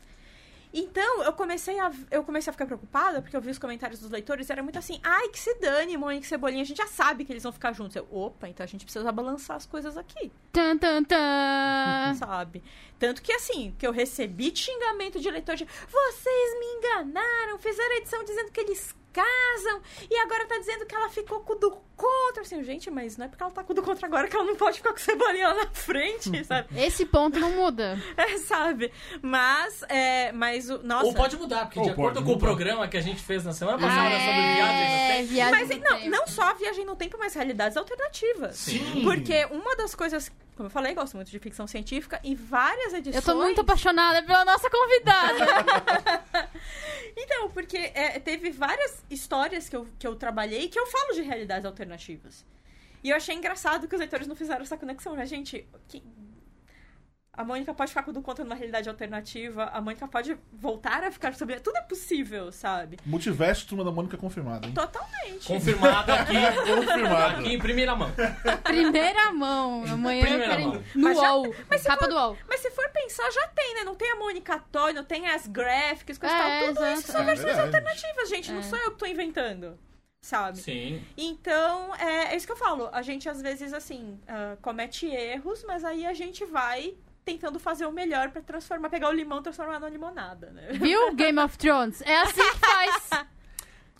Então, eu comecei, a, eu comecei a ficar preocupada, porque eu vi os comentários dos leitores, era muito assim, ai, que se dane, Mônica e Cebolinha, a gente já sabe que eles vão ficar juntos. Eu, opa, então a gente precisa balançar as coisas aqui. Tan, tan, tan. Sabe? Tanto que, assim, que eu recebi de xingamento de leitor de, vocês me enganaram, fizeram a edição dizendo que eles casam, e agora tá dizendo que ela ficou com o do contra. Assim, gente, mas não é porque ela tá com o do contra agora que ela não pode ficar com o Cebolinha lá na frente, sabe? Esse ponto não muda. É, sabe? Mas, é, mas o... Nossa. Ou pode mudar, porque Ou de acordo com mudar. o programa que a gente fez na semana passada Ah, sobre é, viagem no tempo... viagem Mas no não, tempo. não só a viagem no tempo, mas realidades alternativas. Sim. Porque uma das coisas, como eu falei, gosto muito de ficção científica, e várias edições... Eu tô muito apaixonada pela nossa convidada. Então, porque é, teve várias histórias que eu, que eu trabalhei que eu falo de realidades alternativas. E eu achei engraçado que os leitores não fizeram essa conexão, né, gente? Que... A Mônica pode ficar com o do contra numa realidade alternativa, a Mônica pode voltar a ficar sobre... Tudo é possível, sabe? Multiverso, Turma da Mônica confirmada, hein? Totalmente. Confirmado aqui, Confirmado. aqui em primeira mão. Primeira mão. Amanhã Primeira eu quero mão. ir no Mas já- U O L. mas se Capa for- do U O L. Mas se for pensar, já tem, né? Não tem a Mônica Toy, não tem as graphics, coisa e É, tal. Tudo exato. isso são É versões verdade. alternativas, gente. Não sou eu que tô inventando, sabe? Sim. Então, é, é isso que eu falo. A gente, às vezes, assim, ah, comete erros, mas aí a gente vai tentando fazer o melhor pra transformar, pegar o limão e transformar numa limonada, né? Viu? Game of Thrones. É assim que faz.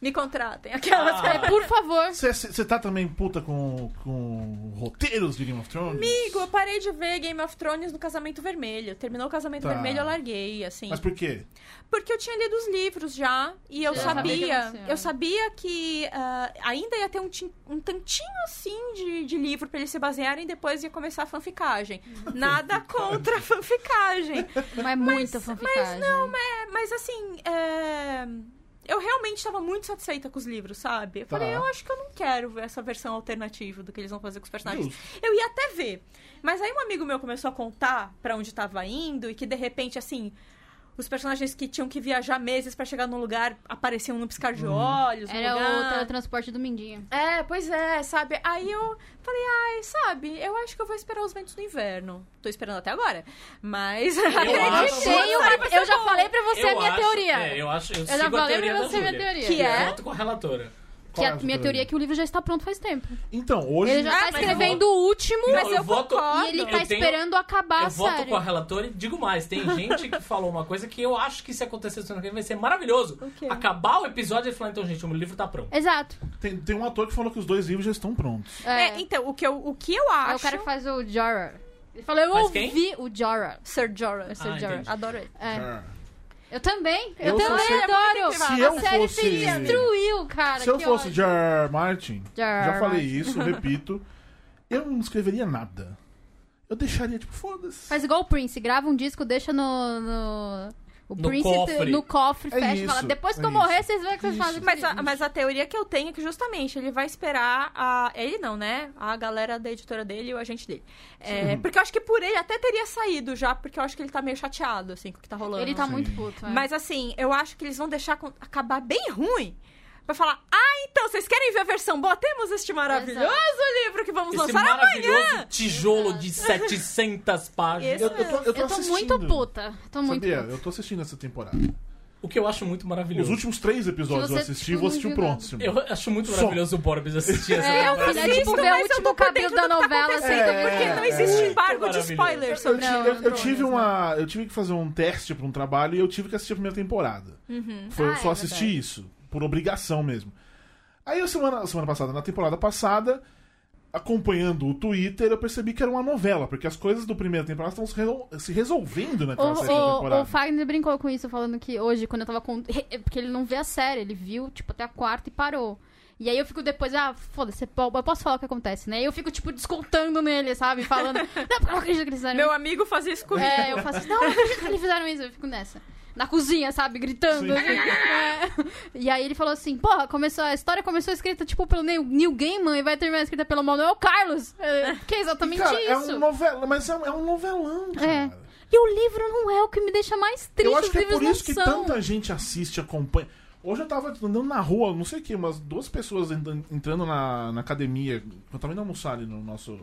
Me contratem. Aquelas... Ah. É, por favor. Você tá também puta com, com roteiros de Game of Thrones? Amigo, eu parei de ver Game of Thrones no Casamento Vermelho. Terminou o Casamento Tá. Vermelho, eu larguei, assim. Mas por quê? Porque eu tinha lido os livros já, e eu Já sabia, sabia que acontecia. eu sabia que ah, ainda ia ter um, tin- um tantinho, assim, de, de livro pra eles se basearem, e depois ia começar a fanficagem. Nada contra a fanficagem. Mas muita fanficagem. Mas não, é, mas assim, é, eu realmente estava muito satisfeita com os livros, sabe? Eu Tá. falei, eu acho que eu não quero ver essa versão alternativa do que eles vão fazer com os personagens. Justo. Eu ia até ver. Mas aí um amigo meu começou a contar pra onde tava indo e que, de repente, assim, os personagens que tinham que viajar meses pra chegar num lugar apareciam num piscar de olhos. no Era lugar. o teletransporte do Mindinho. É, pois é, sabe? Aí eu falei, ai, sabe, eu acho que eu vou esperar os ventos do inverno. Tô esperando até agora. Mas. acho- Tenho, eu já falei pra você Eu a minha acho- teoria. É, eu acho, eu, Eu já sigo a falei teoria pra da você a minha Júlia. teoria. Que é? Eu voto com a relatora. Que Qual a é a minha teoria? teoria é que o livro já está pronto faz tempo. Então, hoje... Ele já Ah, tá mas escrevendo eu o último Mas eu voto- concordo. e ele Eu tá tenho- esperando acabar Eu a voto série. com a relatora e digo mais, tem gente que falou uma coisa que eu acho que se acontecer no ano que vem vai ser maravilhoso. O quê? Acabar o episódio e falar, então, gente, o livro tá pronto. Exato. Tem, tem um ator que falou que os dois livros já estão prontos. É, É, então, o que eu, o que eu acho. é o cara que faz o Jorah. Ele falou, eu Faz ouvi quem? o Jorah. Sir Jorah. É Sir Ah, Jorah. entendi. Adoro ele. É. Ah. Eu também. Eu, Eu só também sei- adoro. Se a eu série fosse- se destruiu, cara. Se eu que fosse ódio. George Martin, George já falei Martin. isso, repito, eu não escreveria nada. Eu deixaria, tipo, foda-se. Faz igual o Prince, grava um disco, deixa no... no... O No Prince cofre. no cofre, É fecha e isso, fala, depois que é eu morrer, isso. vocês veem o que vocês Isso. fazem com Mas isso. a, mas a teoria que eu tenho é que justamente ele vai esperar a. Ele não, né? A galera da editora dele e o agente dele. É, porque eu acho que por ele até teria saído já, porque eu acho que ele tá meio chateado, assim, com o que tá rolando. Ele tá Sim. muito puto. é. Mas assim, eu acho que eles vão deixar com- acabar bem ruim. Pra falar, ah, então, vocês querem ver a versão boa? Temos este maravilhoso livro que vamos Esse lançar maravilhoso amanhã. tijolo de setecentas páginas. Esse- Eu, eu tô, eu tô Eu tô assistindo. muito puta. Tô muito Sabia? puta. Eu tô assistindo essa temporada. O que eu acho muito Os maravilhoso. últimos três episódios Se eu você, assisti, tipo, vou assistir o não viu nada. próximo. Eu acho muito Só. maravilhoso o Borbs assistir essa É, o temporada. filho é tipo ver o mas eu último tô por capítulo dentro da do que tá novela. acontecendo, assim. porque É, não existe é. embargo de Maravilhoso. spoilers Eu, sobre ti- o eu- eu tive Thrones, né? uma. Eu tive que fazer um teste pra um trabalho e eu tive que assistir a primeira temporada. Foi, Ah, só é assisti verdade. isso, por obrigação mesmo. Aí a semana, semana passada, na temporada passada, acompanhando o Twitter, eu percebi que era uma novela, porque as coisas do primeira temporada estão se, resol- se resolvendo naquela O, sétima o, temporada. o Fagner brincou com isso, falando que hoje, quando eu tava com... Porque ele não vê a série, ele viu, tipo, até a quarta e parou. E aí eu fico depois, ah, foda-se, eu posso falar o que acontece, né? E eu fico, tipo, descontando nele, sabe? Falando, não, porque eu não acredito que eles fizeram Meu isso. amigo fazia isso comigo. É, eu faço assim, não, eu não acredito que eles fizeram isso. Eu fico nessa. Na cozinha, sabe? Gritando. Sim. assim. É. E aí ele falou assim, porra, começou, a história começou escrita, tipo, pelo Neil, Neil Gaiman e vai terminar escrita pelo Manuel Carlos. É, que é exatamente Cara, é isso. um novela, mas é um, é um novelão, cara. É. E o livro não é o que me deixa mais triste. Eu acho Os que é livros por isso que não são. tanta gente assiste, acompanha. Hoje eu tava andando na rua, não sei o que, umas duas pessoas entrando- entrando na, na academia. Eu tava indo almoçar ali no nosso.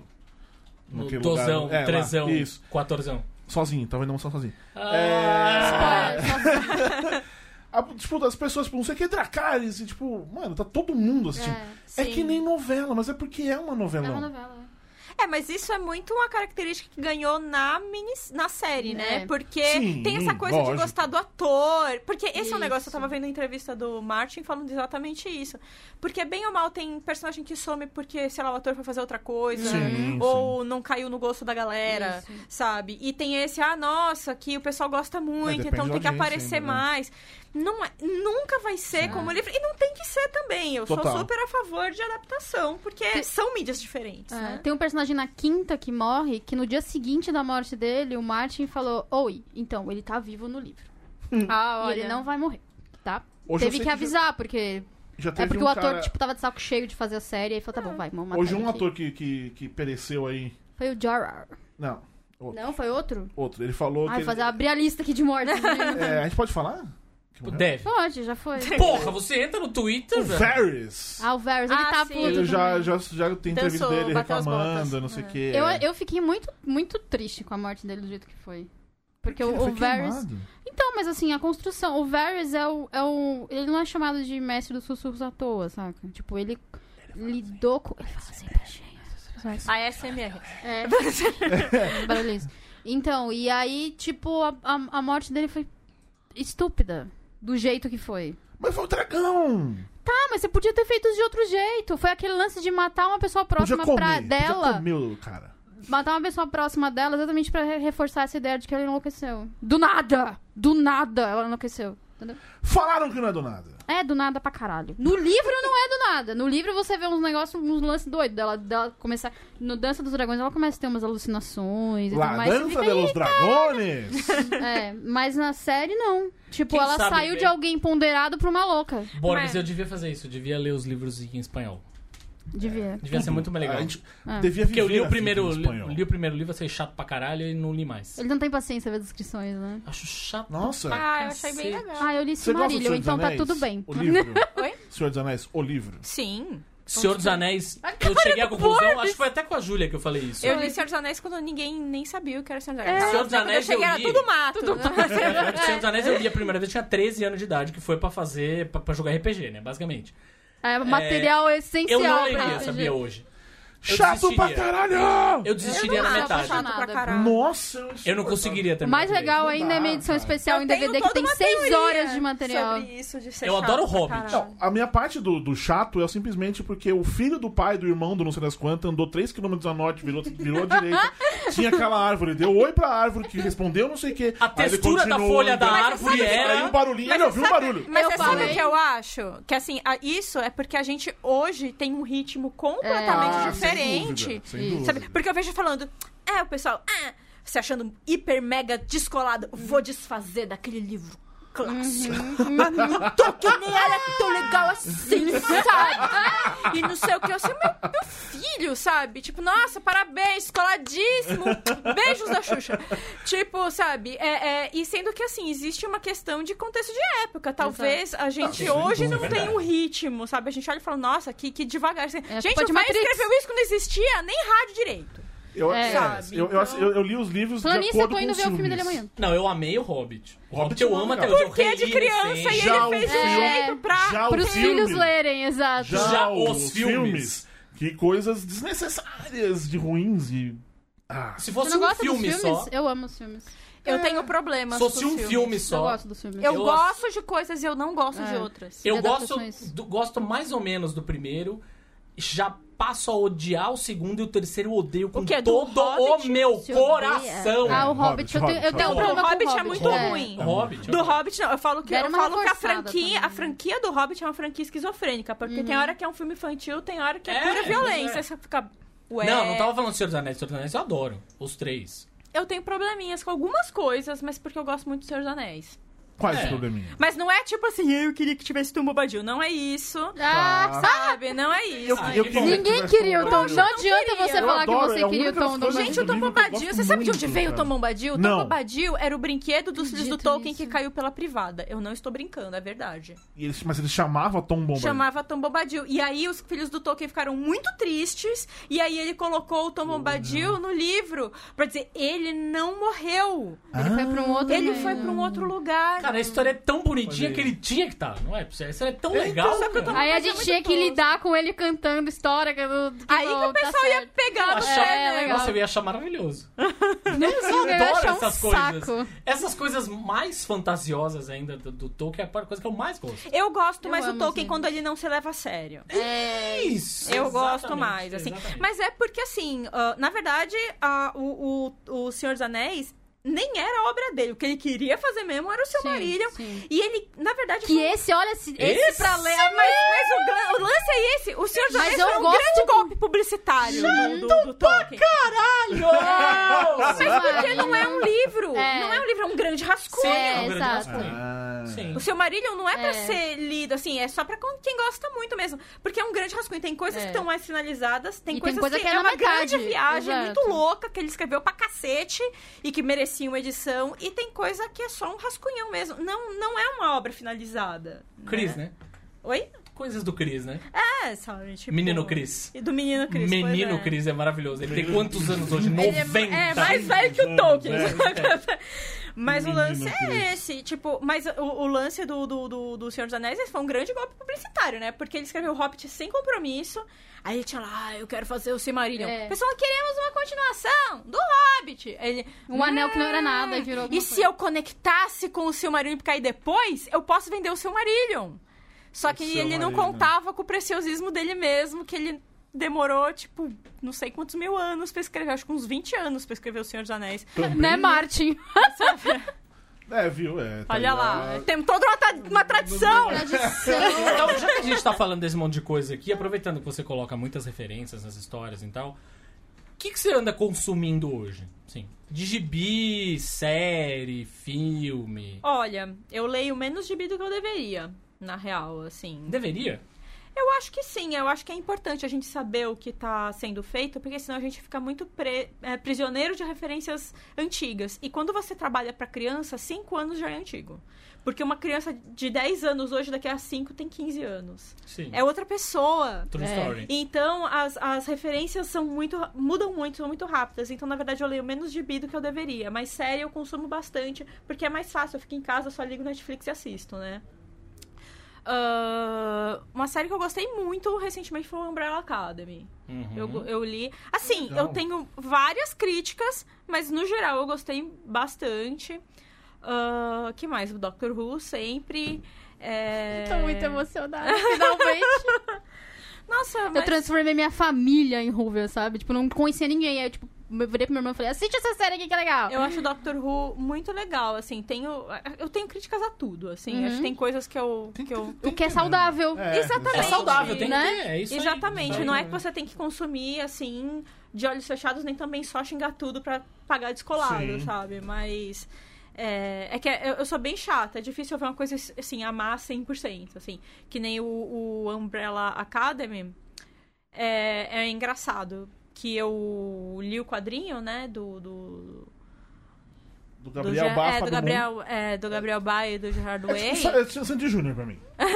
No naquele dozão, lugar. É, lá, trezão, Isso. quatorzão. Sozinho, tava indo almoçar sozinho. Ah, Spoiler, só- A, tipo, as pessoas, tipo, não sei o que, Dracarys, e tipo, mano, tá todo mundo assistindo. É, É, sim. que nem novela, mas é porque é uma é novelão. uma novela. É, mas isso é muito uma característica que ganhou na, mini, na série, né? É. Porque Sim, tem essa coisa lógico. de gostar do ator. Porque esse é um Isso. negócio, eu tava vendo a entrevista do Martin falando exatamente isso. Porque bem ou mal tem personagem que some porque, sei lá, o ator foi fazer outra coisa. Sim, Ou não caiu no gosto da galera, Isso. sabe? E tem esse, ah, nossa, que o pessoal gosta muito, depende então da tem que audiência aparecer ainda, né? mais. Não é- nunca vai ser como livro. E não tem que ser também. Eu Total. sou super a favor de adaptação, porque são mídias diferentes, É, né? tem um personagem na quinta que morre, que no dia seguinte da morte dele, o Martin falou, oi, então, ele tá vivo no livro. Ah, E ele não vai morrer, tá? Hoje eu Teve sei que que avisar, porque... Já É teve porque um o ator, cara... tipo, tava de saco cheio de fazer a série, e aí falou, tá bom, vai, vamos matar Hoje ele um aqui. ator que, que, que pereceu aí. Foi o Jorah. Não, outro. Não, foi outro? Outro. Ele falou Ai, que. fazer ele- abrir a lista aqui de mortes. É, a gente pode falar? Que morreu? deve. Pode, já foi. Porra, você entra no Twitter, O velho. Varys. Ah, o Varys, ele Ah, tá sim. puto Ele já, também. já, já tem entrevista Dançou, dele bateu as reclamando, botas. não sei o É. quê. Eu, eu fiquei muito, muito triste com a morte dele do jeito que foi. Porque Ele o, foi o Varys... queimado. Então, mas assim, a construção... O Varys é o, é o... Ele não é chamado de mestre dos sussurros à toa, saca? Tipo, ele, lidou com... Ele fala assim, baixinho. A S M R. É. Barulho isso. Então, e aí, tipo, a, a, a morte dele foi estúpida. do jeito que foi. Mas foi o dragão! Ah, mas você podia ter feito de outro jeito. Foi aquele lance de matar uma pessoa próxima Podia comer, pra, dela. Podia comer o cara. Matar uma pessoa próxima dela exatamente pra re- reforçar essa ideia de que ela enlouqueceu. Do nada! Do nada ela enlouqueceu. Entendeu? Falaram que não é do nada. É do nada pra caralho. No livro não é do nada. No livro você vê uns negócios, uns lances doidos dela, dela começar... No Dança dos Dragões ela começa a ter umas alucinações e La tudo mais. Você Dança fica, de los "Eita!" Dragones! É, mas na série não. Tipo, Quem ela sabe, saiu né? de alguém ponderado pra uma louca. Borges, Mas- eu devia fazer isso. Eu devia ler os livros em espanhol. Devia. Devia ser muito mais legal. A gente Ah. devia Porque eu viver li o a vida primeiro, em li, espanhol. li o primeiro livro, achei chato pra caralho e não li mais. Ele não tem paciência ver descrições, né? Acho chato. Nossa. Ah, eu achei bem Cacete. legal. Ah, eu li Você gosta do Silmarillion, Senhor dos então tá Anéis? tudo bem. O livro. Oi? Senhor dos Anéis, o livro. Sim. Senhor dos Anéis, eu cheguei à conclusão, acho que foi até com a Júlia que eu falei isso. Eu li Senhor dos Anéis quando ninguém nem sabia o que era Senhor dos Anéis. Senhor dos Quando Anéis eu cheguei eu era li. tudo mato. Senhor dos Anéis eu li a primeira vez, eu tinha treze anos de idade, que foi pra fazer, pra, pra jogar R P G, né, basicamente. É material Eu essencial não pra leria, R P G. sabia, hoje. Eu Chato pra desistiria. caralho! Eu desistiria Eu na não metade. acho chato pra Nada. caralho. Nossa, Eu não conseguiria O terminar. mais direito. legal Não ainda dá, é a minha edição cara. especial Eu em D V D, tenho que toda tem uma seis teoria horas de material. sobre isso de ser Eu chato adoro pra Hobbit. caralho. Não, a minha parte do, do chato é simplesmente porque o filho do pai do irmão do não sei das quantas andou três quilômetros a norte, virou, virou à direita, tinha aquela árvore, deu oi pra árvore, que respondeu não sei o quê. A aí ele textura da continuou folha da andando. árvore Aí era... um barulhinho, Mas ele ouviu um sabe- barulho. Mas Eu você sabe falei. o que eu acho? Que assim, a- isso é porque a gente hoje tem um ritmo completamente Ah, sem diferente. dúvida, sem Isso. dúvida. Sabe? Porque eu vejo falando, é, o pessoal, ah, se achando hiper mega descolado, vou desfazer daquele livro clássico. Não tô que nem era tão legal assim, sabe? E não sei o que, eu sei, meu, meu filho, sabe? Tipo, nossa, parabéns, escoladíssimo, beijos da Xuxa. Tipo, sabe? É, é, e sendo que, assim, existe uma questão de contexto de época. Talvez a gente Não, sem hoje não dúvida. tenha um ritmo, sabe? A gente olha e fala, nossa, que, que devagar. Assim, É, gente, culpa o de velho Matrix. escreveu isso quando não existia nem rádio direito. Eu, É. é, Sabe, eu, eu, então- eu- eu li os livros Falando de nisso, eu acordo tô com indo os ver o filme filmes. dele amanhã. Não, eu amei o Hobbit. O Hobbit é eu amo até legal. hoje. Eu Porque é de reli criança recente. e Já ele o fez filme- um jeito pra... Já o Pros filme, filhos lerem, exato. Já, Já os, os filmes. filmes. Que coisas desnecessárias, de ruins e... Ah, Se Você fosse não um gosta filme dos só... filmes? Eu amo os filmes. Eu tenho problemas Se fosse com um filmes. filme Eu só... gosto dos filmes. Eu, Eu gosto de coisas e eu não gosto de É. outras. Eu gosto, Adaptações. do- gosto mais ou menos do primeiro, já passo a odiar o segundo e o terceiro eu odeio com O quê? Do todo Hobbit? o meu Se odeia. coração. Ah, o Hobbit, Hobbit, eu tenho, eu Hobbit, tenho um Hobbit. problema O com o Hobbit é Hobbit. muito É. ruim. O Hobbit. Do eu- Hobbit, não. Eu falo que, Deram eu uma falo que a reforçada franquia, também. a franquia do Hobbit é uma franquia esquizofrênica. Porque tem hora que é um filme infantil, tem hora que é, É, pura pois violência. é. Você fica... Ué, Não, não tava falando do Senhor dos Anéis. Senhor dos Anéis eu adoro. Os três. eu tenho probleminhas com algumas coisas, mas porque eu gosto muito do Senhor dos Anéis. quais É. os probleminhas? Mas não é tipo assim, eu queria que tivesse Tom Bombadil. Não é isso. Ah, Sabe? Não é isso. Ah, eu que queria bom. que ninguém tivesse queria o Tom Tom. Bombadil. Não adianta você Eu falar que adoro, você é a queria o única Tom das do coisas Gente, do o Tom livro que eu Bombadil, gosto você sabe de onde muito, veio o cara. Tom Bombadil? O Tom Não. Bombadil era o brinquedo dos filhos do Acredito Tolkien nisso. que caiu pela privada. Eu não estou brincando, é verdade. E eles, mas eles chamavam Tom Bombadil. Chamava Tom Bombadil. E aí os filhos do Tolkien ficaram muito tristes. E aí ele colocou o Tom Bombadil no livro pra dizer, ele não morreu. Ele foi pra um outro Ele meio. foi pra um outro lugar. Cara, a história é tão bonitinha Olha que aí. ele tinha que estar, não é? A história é tão Então, legal, só que eu tô- cara. Aí a Mas é gente muito tinha que tosco. lidar com ele cantando história. Que, do- que Aí que não, o tá pessoal ia certo. pegar no Achar- pé, É, né? legal. Nossa, eu ia achar maravilhoso. Eu Eu ia adoro achar um essas saco. coisas. Essas coisas mais fantasiosas ainda do, do Tolkien é a coisa que eu mais gosto. Eu gosto Eu mais do amo Tolkien os quando livros. ele não se leva a sério. É, Isso! Eu gosto exatamente, mais, assim. exatamente. Mas é porque, assim, ah, na verdade, ah, o, o, o Senhor dos Anéis nem era a obra dele. O que ele queria fazer mesmo era o sim, Silmarillion. sim. E ele, na verdade... Que foi- esse, olha, esse, esse Esse pra ler. É, mas, mas o, gran- o lance é esse. O Senhor dos Mas Anéis eu foi um gosto grande do- golpe publicitário do, do, do Tolkien. Mas porque não é um livro. É. Não é um livro, é um grande rascunho. Sim, É, é um grande exato. rascunho. Ah. Sim. O Silmarillion não é pra É. ser lido, assim, é só pra con- quem gosta muito mesmo. Porque é um grande rascunho. Tem coisas É. que estão mais finalizadas, tem E tem coisas coisa que, que é é na uma metade. grande viagem, Exato. muito louca, que ele escreveu pra cacete e que merecia uma edição. E tem coisa que é só um rascunhão mesmo. Não, não é uma obra finalizada. Chris, né? Oi? Coisas do Chris, né? É, sabe? Tipo, Menino Chris. E do Menino Chris. pois Menino é. Chris é maravilhoso. Ele tem quantos anos hoje? Ele é- noventa. É, mais velho que o Tolkien. É. Mas Menino o lance é Chris. esse, tipo, mas o, o lance do, do, do, do Senhor dos Anéis esse foi um grande golpe publicitário, né? Porque ele escreveu o Hobbit sem compromisso, aí ele tinha lá, ah, eu quero fazer o Silmarillion. É. Pessoal, queremos uma continuação do Hobbit. Aí ele, Um anel que não era "Hum, nada e virou alguma E se coisa." eu conectasse com o Silmarillion pra cair depois, eu posso vender o Silmarillion. Só que O ele não Silmarillion. contava com o preciosismo dele mesmo, que ele demorou, tipo, não sei quantos mil anos pra escrever, acho que uns vinte anos pra escrever O Senhor dos Anéis. Também- Né, Martin? É, viu? É, tá Olha lá, ligado? tem toda uma, tra- uma tradição. Então, já que a gente tá falando desse monte de coisa aqui, aproveitando que você coloca muitas referências nas histórias e tal, o que, que você anda consumindo hoje? Sim. De gibi, série, filme. Olha, eu leio menos gibi do que eu deveria, na real, assim. Deveria? Eu acho que sim, eu acho que é importante a gente saber o que tá sendo feito, porque senão a gente fica muito pre- é, prisioneiro de referências antigas. E quando você trabalha pra criança, cinco anos já é antigo. Porque uma criança de dez anos hoje, daqui a cinco, tem quinze anos. Sim. É outra pessoa. True É. Story. Então, as, as referências são muito, mudam muito, são muito rápidas. Então, na verdade, eu leio menos gibi do que eu deveria. Mas série eu consumo bastante, porque é mais fácil. Eu fico em casa, só ligo Netflix e assisto, né? Ah, uma série que eu gostei muito recentemente foi o Umbrella Academy. Uhum. Eu, eu li... Assim, Legal. eu tenho várias críticas, mas no geral eu gostei bastante. Ah, que mais? O Doctor Who, sempre. É... Tô muito emocionada, finalmente. Nossa, Eu mas... transformei minha família em Hoover, sabe? Tipo, não conhecia ninguém. Aí eu, tipo, eu virei pro meu irmão e falei, assiste essa série aqui que é legal. Eu acho o Doctor Who muito legal, assim, tenho... Eu tenho críticas a tudo, assim, Uhum. acho que tem coisas que eu... Tem Que eu... O que é saudável. É, Exatamente. É saudável, tem Né? que ter. É isso aí. Exatamente, Isso aí. não é que você tem que consumir, assim, de olhos fechados, nem também só xingar tudo pra pagar descolado, Sim. sabe? Mas... É, é que eu, eu sou bem chata, é difícil eu ver uma coisa, assim, amar cem por cento, assim. Que nem o, o Umbrella Academy, é, é engraçado. Que eu li o quadrinho, né, do... do Do do Gabriel Ge- Bá, é, do Fábio Gabriel, é, do Gabriel Bá e do Gerard Moon. Way. É tipo Sandy Júnior pra mim.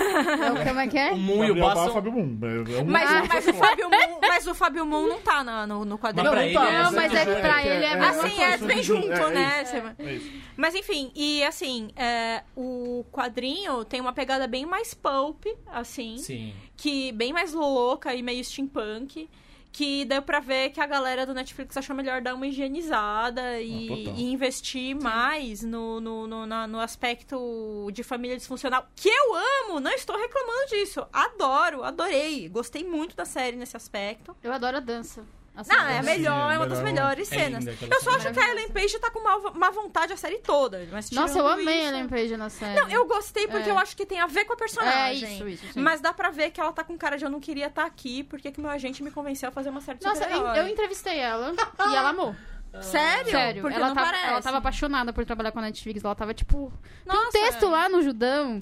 É, como é que é? O Moon e o Gabriel Bá, Bá são... Fábio Moon. É, é um- Mas, é um- mas, o Fábio Moon, mas o Fábio Moon não tá na- no, no quadrinho. Mas pra não ele tá, é- Não, mas é que pra ele é a mesma Assim, é, Sandy vem Júnior, junto, é, né? é Você- isso, é isso. Mas enfim, e assim, é, o quadrinho tem uma pegada bem mais pulp, assim, Sim. que bem mais louca e meio steampunk, que deu pra ver que a galera do Netflix achou melhor dar uma higienizada e, Ah, total. e investir mais no, no, no, na- no aspecto de família disfuncional, que eu amo, não estou reclamando disso, adoro, adorei, gostei muito da série nesse aspecto. Eu adoro a dança. Assim, Não, é a dança. melhor, é uma das melhor. melhores É cenas. linda aquela Eu só cena. acho que a Ellen Page tá com má, má vontade a série toda. Mas Nossa, eu tirando amei isso- a Ellen Page na série. Não, eu gostei porque É. eu acho que tem a ver com a É, personagem. isso, isso, sim. Mas dá pra ver que ela tá com cara de eu não queria estar aqui, porque que meu agente me convenceu a fazer uma série de Nossa, eu, super-herói. eu entrevistei ela e ela amou. Sério? Sério. Porque ela, não tava, parece. ela tava apaixonada por trabalhar com a Netflix. Ela tava, tipo... Tem um Nossa. texto lá no Judão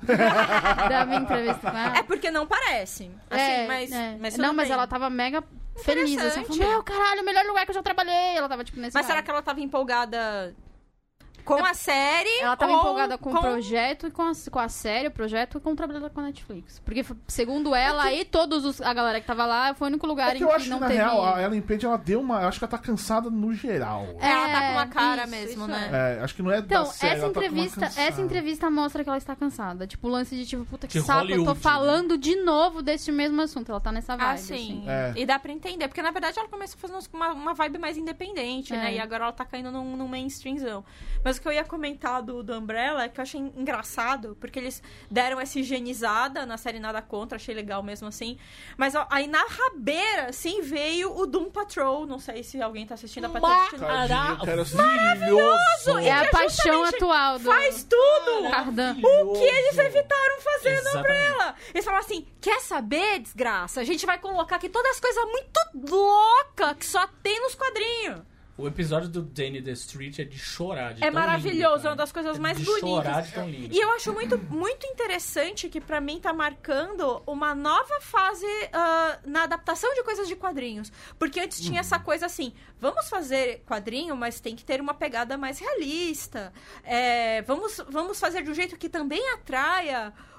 da minha entrevista com ela. É porque não parece. Assim, É, mas, é. mas Não, tudo mas bem. ela tava mega feliz, assim. Interessante. Falou, meu, caralho, o melhor lugar que eu já trabalhei. Ela tava, tipo, nesse Mas será vibe. que ela tava empolgada com a série? Ela tava ou empolgada com, o projeto e com a, com a série, o projeto e com o trabalho com a Netflix. Porque, segundo ela e todos os, a galera que tava lá, foi o único lugar É que em eu que acho que, não na teve... real, a Ellen Page, ela deu uma... Eu acho que ela tá cansada no geral. É, ela tá com uma É, cara isso, mesmo, isso né? É, acho que não é Então, da série, essa ela tá com uma entrevista, cansada. essa entrevista mostra que ela está cansada. Tipo, o lance de tipo, puta que De saco, eu tô Hollywood, falando de novo desse mesmo assunto. Ela tá nessa vibe, Ah, assim. sim. É. E dá pra entender. Porque, na verdade, ela começou fazendo uma, uma vibe mais independente, É. né? E agora ela tá caindo num, num mainstreamzão. Mas o que eu ia comentar do, do Umbrella é que eu achei engraçado, porque eles deram essa higienizada na série Nada Contra, achei legal mesmo assim. Mas ó, aí na rabeira, assim, veio o Doom Patrol. Não sei se alguém tá assistindo a Patrícia. assistindo. Tadinho, eu quero assistir. Maravilhoso! É a que paixão justamente atual do Faz tudo! Cardan. O que eles evitaram fazer no Exatamente. Umbrella? Eles falaram assim, quer saber, desgraça? A gente vai colocar aqui todas as coisas muito loucas que só tem nos quadrinhos. O episódio do Danny the Street é de chorar. De É tão maravilhoso, lindo, é uma das coisas É mais de bonitas. chorar de tão lindo. E eu acho muito, muito interessante que pra mim tá marcando uma nova fase ah, na adaptação de coisas de quadrinhos. Porque antes tinha essa coisa assim, vamos fazer quadrinho, mas tem que ter uma pegada mais realista. É, vamos, vamos fazer de um jeito que também atraia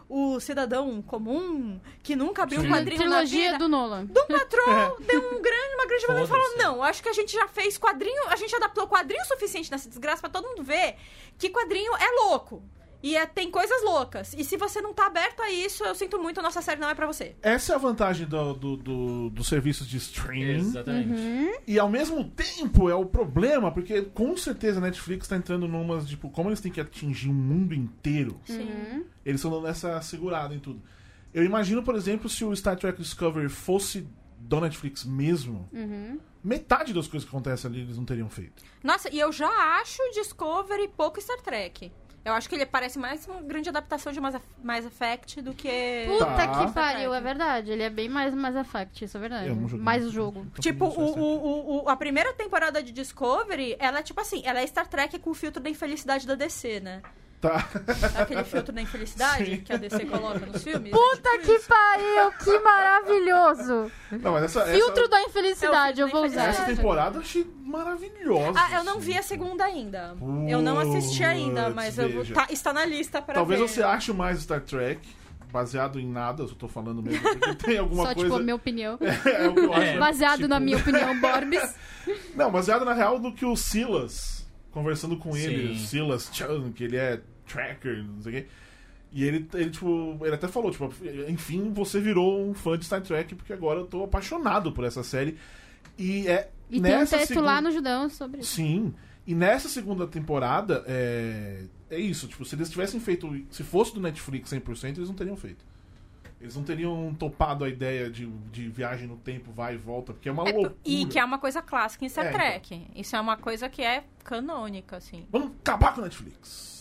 o cidadão comum, que nunca abriu um Sim. quadrinho Trilogia na vida. do Nolan. Do Patrol deu um grande, uma grande bandeira e falou: Foda-se. não, acho que a gente já fez quadrinho, a gente adaptou quadrinho suficiente nessa desgraça pra todo mundo ver que quadrinho é louco. E é, tem coisas loucas. E se você não tá aberto a isso, eu sinto muito, a nossa série não é pra você. Essa é a vantagem do, do, do, dos serviços de streaming. Exatamente. E ao mesmo tempo é o problema, porque com certeza a Netflix tá entrando numas, tipo, como eles têm que atingir o mundo inteiro, Sim. eles estão dando essa segurada em tudo. Eu imagino, por exemplo, se o Star Trek Discovery fosse do Netflix mesmo, Uhum. metade das coisas que acontecem ali eles não teriam feito. Nossa, e eu já acho Discovery pouco Star Trek. Eu acho que ele parece mais uma grande adaptação de Mass, Mass Effect do que... Puta Tá. que pariu, é verdade. Ele é bem mais Mass Effect, isso é verdade. Eu não joguei. Mais o jogo. Então, Tipo, não sei se o, o, o, a primeira temporada de Discovery, ela é tipo assim, ela é Star Trek com o filtro da infelicidade da D C, né? Tá. Aquele filtro da infelicidade Sim. que a D C coloca nos filmes. Puta é tipo que isso. pariu, que maravilhoso. Não, mas essa, Filtro essa, da infelicidade, É o eu vou filtro da usar. essa temporada eu achei maravilhosa. Ah, eu não assim. vi a segunda ainda. Eu não assisti ainda, Putz, mas eu, veja. tá, está na lista para Talvez ver. você ache mais Star Trek, baseado em nada, eu só tô falando mesmo, porque tem alguma Só, coisa... tipo, a minha opinião. É o que eu acho. É. Baseado tipo- na minha opinião, Borbs. Não, baseado na real do que o Silas, conversando com ele, Sim. o Silas Chan, que ele é tracker, não sei o quê. E ele, ele, tipo, ele até falou, tipo, enfim, você virou um fã de Star Trek, porque agora eu tô apaixonado por essa série. E é E tem um nessa texto segunda... lá no Judão sobre isso. Sim. E nessa segunda temporada, é... é isso, tipo, se eles tivessem feito... Se fosse do Netflix cem por cento, eles não teriam feito. Eles não teriam topado a ideia de, de viagem no tempo, vai e volta, porque é uma É, loucura. e que é uma coisa clássica em Star É, então. Trek. Isso é uma coisa que é canônica, assim. Vamos acabar com a Netflix.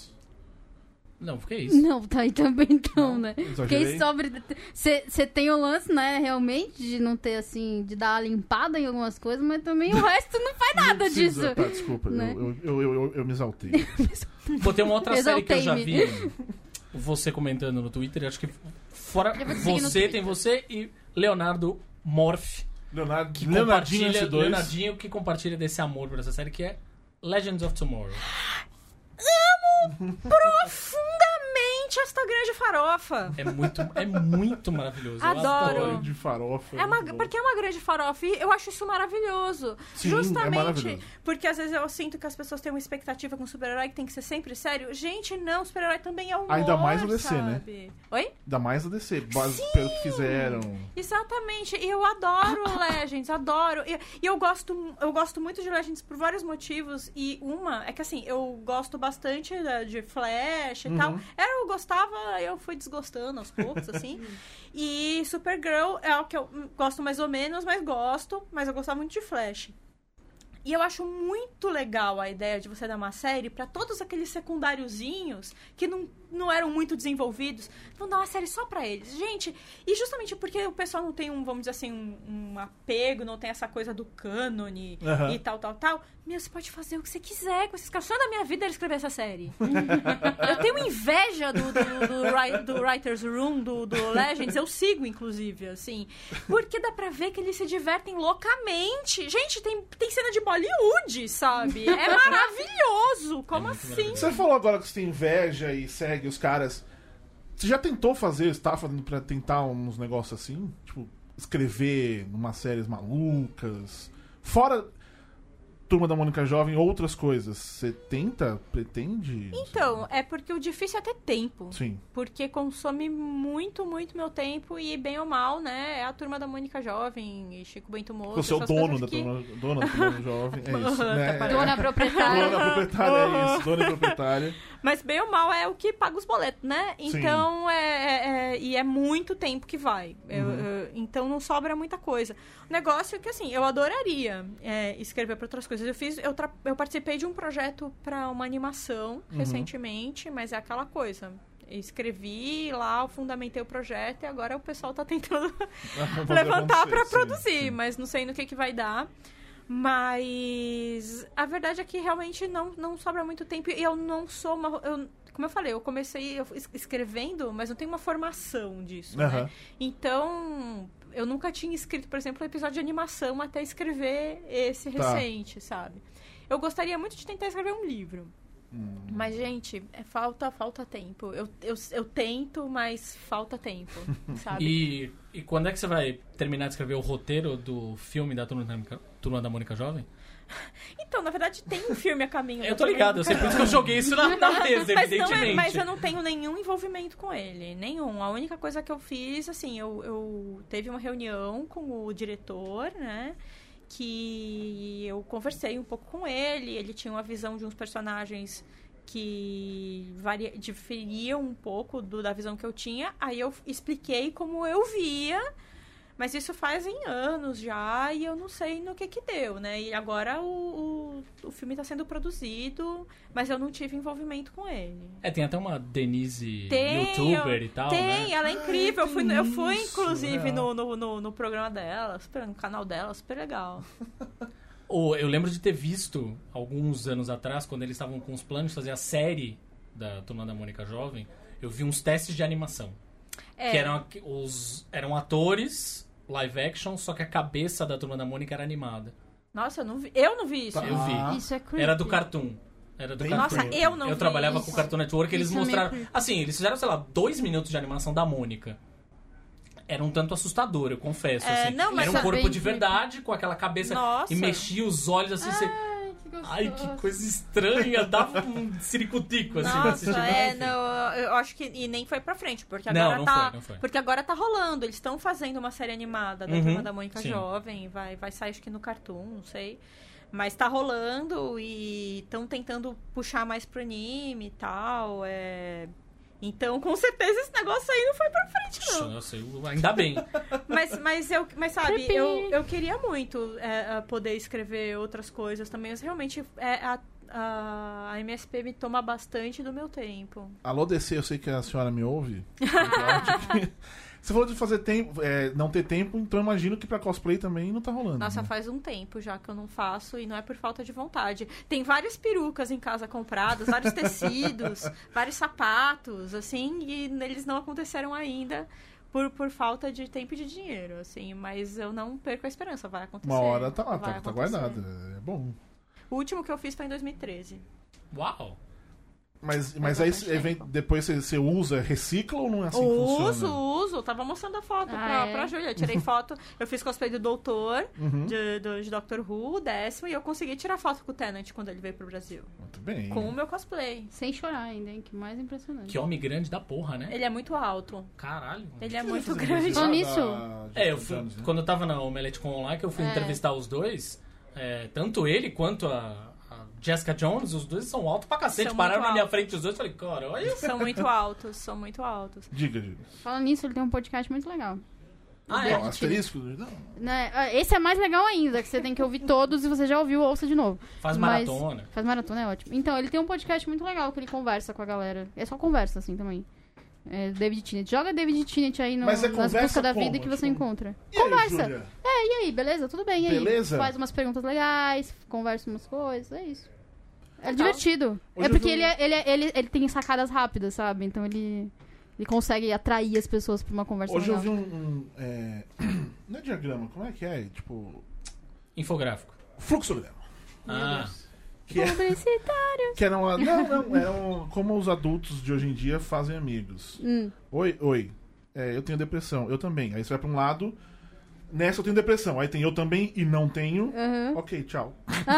Não, porque é isso. Não, tá aí também então, né? exagerei. Porque sobre. Você tem o lance, né, realmente, de não ter, assim, de dar a limpada em algumas coisas, mas também o resto não faz nada Não precisa- disso. Tá, desculpa, Né? eu, eu, eu, eu, eu me exaltei. Botei uma outra série que eu já Exaltei-me. vi. Você comentando no Twitter, acho que fora Eu vou te seguir no você, Twitter. tem você e Leonardo Morph, Leonardo, que Leonardinho compartilha, S dois. Leonardinho que compartilha desse amor por essa série, que é Legends of Tomorrow. Profundamente esta grande farofa. É muito, é muito maravilhoso. Eu Adoro. adoro. de farofa. É uma, muito bom. porque é uma grande farofa e eu acho isso maravilhoso. Sim, é Justamente maravilhoso. porque às vezes eu sinto que as pessoas têm uma expectativa com super-herói que tem que ser sempre sério. Gente, não, super-herói também é humor, Ainda mais o D C, né? sabe? Oi? Ainda mais a D C, base pelo que fizeram. Exatamente. E eu adoro Legends, adoro. E, e eu gosto eu gosto muito de Legends por vários motivos. E uma é que assim, eu gosto bastante da- de Flash e Uhum. tal. Eu gostava, eu fui desgostando aos poucos, assim. E Supergirl é o que eu gosto mais ou menos, mas gosto. Mas eu gostava muito de Flash. E eu acho muito legal a ideia de você dar uma série pra todos aqueles secundáriozinhos que não, não eram muito desenvolvidos. Vão dar uma série só pra eles. Gente, e justamente porque o pessoal não tem um, vamos dizer assim, um, um apego, não tem essa coisa do cânone Aham. e tal, tal, tal. Meu, você pode fazer o que você quiser com esses caras. Só na minha vida era escrever essa série. Eu tenho inveja do, do, do, ri- do Writer's Room, do, do Legends. Eu sigo, inclusive, assim. Porque dá pra ver que eles se divertem loucamente. Gente, tem, tem cena de Bollywood, sabe? É maravilhoso. Como muito assim? maravilhoso. Você falou agora que você tem inveja e segue os caras. Você já tentou fazer, está fazendo pra tentar uns negócios assim? Tipo, escrever umas séries malucas? Fora Turma da Mônica Jovem, outras coisas. Você tenta, pretende? Então, é porque o difícil é ter tempo. Sim. Porque consome muito, muito meu tempo e, bem ou mal, né? É a Turma da Mônica Jovem e Chico Bento Moço. Você é o essas dono coisas da que- Turma, dona da Turma Jovem. É isso, né? Tá É. Dona proprietária. Dona proprietária, é isso. Dona e proprietária. Mas bem ou mal é o que paga os boletos, né? Então, é, é- é- e é muito tempo que vai. Eu- Uhum. eu- então, não sobra muita coisa. O negócio é que, assim, eu adoraria é, escrever para outras coisas. Eu fiz, eu, tra- eu participei de um projeto para uma animação Uhum. recentemente, mas é aquela coisa. Eu escrevi lá, eu fundamentei o projeto e agora o pessoal tá tentando Fazer levantar acontecer, para sim, produzir, sim. mas não sei no que que vai dar. Mas a verdade é que realmente não, não sobra muito tempo e eu não sou uma... eu- como eu falei, eu comecei eu es- escrevendo, mas não tenho uma formação disso, Aham. né? Então, eu nunca tinha escrito, por exemplo, um episódio de animação até escrever esse Tá. recente, sabe? Eu gostaria muito de tentar escrever um livro. Hum. Mas, gente, é falta, falta tempo. Eu, eu, eu tento, mas falta tempo, sabe? E, e quando é que você vai terminar de escrever o roteiro do filme da Turma da, Turma da Mônica Jovem? Então, na verdade, tem um filme a caminho. Eu tô ligado, eu sei por isso que eu joguei isso na, na mesa, mas, não evidentemente. é, mas eu não tenho nenhum envolvimento com ele, nenhum. A única coisa que eu fiz, assim, eu, eu teve uma reunião com o diretor, né? Que eu conversei um pouco com ele, ele tinha uma visão de uns personagens que varia, diferiam um pouco do, da visão que eu tinha. Aí eu expliquei como eu via, mas isso faz em anos já e eu não sei no que que deu, né? E agora o, o, o filme está sendo produzido, mas eu não tive envolvimento com ele. É, tem até uma Denise Tem, youtuber eu- e tal, Tem, né? ela é incrível. Ah, eu, fui, tem eu fui, isso, inclusive, é. no, no, no, no programa dela, super, no canal dela, super legal. Ou eu lembro de ter visto, alguns anos atrás, quando eles estavam com os planos de fazer a série da Turma da Mônica Jovem, eu vi uns testes de animação. É, Que eram, aqu- os, eram atores, live action, só que a cabeça da Turma da Mônica era animada. Nossa, eu não vi, eu não vi isso. Tá. Eu vi. Ah. Isso é creepy. Era do Cartoon. Era do Bem Cartoon. Nossa, eu não Eu vi trabalhava isso. com o Cartoon Network, eles Isso é meio mostraram... creepy. Assim, eles fizeram, sei lá, dois minutos de animação da Mônica. Era um tanto assustador, eu confesso. É, assim. não, mas Era um tá corpo bem de creepy. verdade, com aquela cabeça... Nossa. E mexia os olhos assim... você- Ai, que gostoso. Ai, que coisa estranha. Dava um ciricutico, assim. pra assistir, Nossa, mas é, enfim. não, eu acho que. E nem foi pra frente, porque Não, agora não tá. foi, não foi. Porque agora tá rolando. Eles estão fazendo uma série animada da Uhum, Turma da Mônica sim. Jovem. Vai, vai sair, acho que no Cartoon, não sei. Mas tá rolando e estão tentando puxar mais pro anime e tal. É... Então, com certeza, esse negócio aí não foi pra frente, não. Nossa, eu- ainda bem. Mas, mas, eu, mas sabe, Creepy. eu, eu queria muito é, a poder escrever outras coisas também. Mas realmente é, a, a, a M S P me toma bastante do meu tempo. Alô, D C, eu sei que a senhora me ouve. Você falou de fazer tempo, é, não ter tempo, então eu imagino que pra cosplay também não tá rolando. Nossa, né? faz um tempo já que eu não faço e não é por falta de vontade. Tem várias perucas em casa compradas, vários tecidos, vários sapatos, assim, e eles não aconteceram ainda por, por falta de tempo e de dinheiro, assim. Mas eu não perco a esperança, vai acontecer. Uma hora tá lá, vai tá, tá acontecer. guardada. É bom. O último que eu fiz foi em dois mil e treze. Uau. Mas, mas aí bastante aí vem- depois você, você usa, recicla ou não é assim que funciona? Uso, uso. Tava mostrando a foto Ah, pra, é? pra Júlia. Eu tirei foto, eu fiz cosplay do Doutor, Uhum. de, do, de Doctor Who, o décimo, e eu consegui tirar foto com o Tennant quando ele veio pro Brasil. Muito bem. Com o meu cosplay. Sem chorar ainda, hein? Que mais impressionante. Que homem grande da porra, né? Ele é muito alto. Caralho. Ele é Você muito fazer grande. Falando nisso- da- de É, eu fui, anos, né? quando eu tava na Omelete Com lá, que eu fui É. entrevistar os dois, é, tanto ele quanto a, a Jessica Jones, os dois são altos pra cacete. São Pararam muito na minha altos. frente os dois e falei, cara, olha isso. São muito altos, são muito altos. Diga, diga. Falando nisso, ele tem um podcast muito legal. Ah, Não, é? asterisco? Não. Né? Esse é mais legal ainda, que você tem que ouvir todos e você já ouviu, ouça de novo. Faz Mas- maratona. Faz maratona, é ótimo. Então, ele tem um podcast muito legal que ele conversa com a galera. É só conversa, assim, também. É, David Tennant. Joga David Tennant aí no, Mas é nas conversa buscas da como? vida que você Tipo, encontra. E aí, Conversa. Júlia? É, e aí, beleza? Tudo bem, e aí? Beleza? Faz umas perguntas legais, conversa umas coisas, é isso. É Legal. divertido. Hoje é eu porque vi um- ele, é- ele, é- ele, ele tem sacadas rápidas, sabe? Então ele, ele consegue atrair as pessoas pra uma conversa Hoje eu legal. vi um... um, é, Não é diagrama, como é que é? Tipo... Infográfico. Fluxograma. Ah, Que, é, Publicitário. que era uma... Não, não, era um, como os adultos de hoje em dia fazem amigos. Hum. Oi, oi. É, eu tenho depressão. Eu também. Aí você vai pra um lado... Nessa eu tenho depressão. Aí tem eu também e não tenho. Aham. Ok, tchau.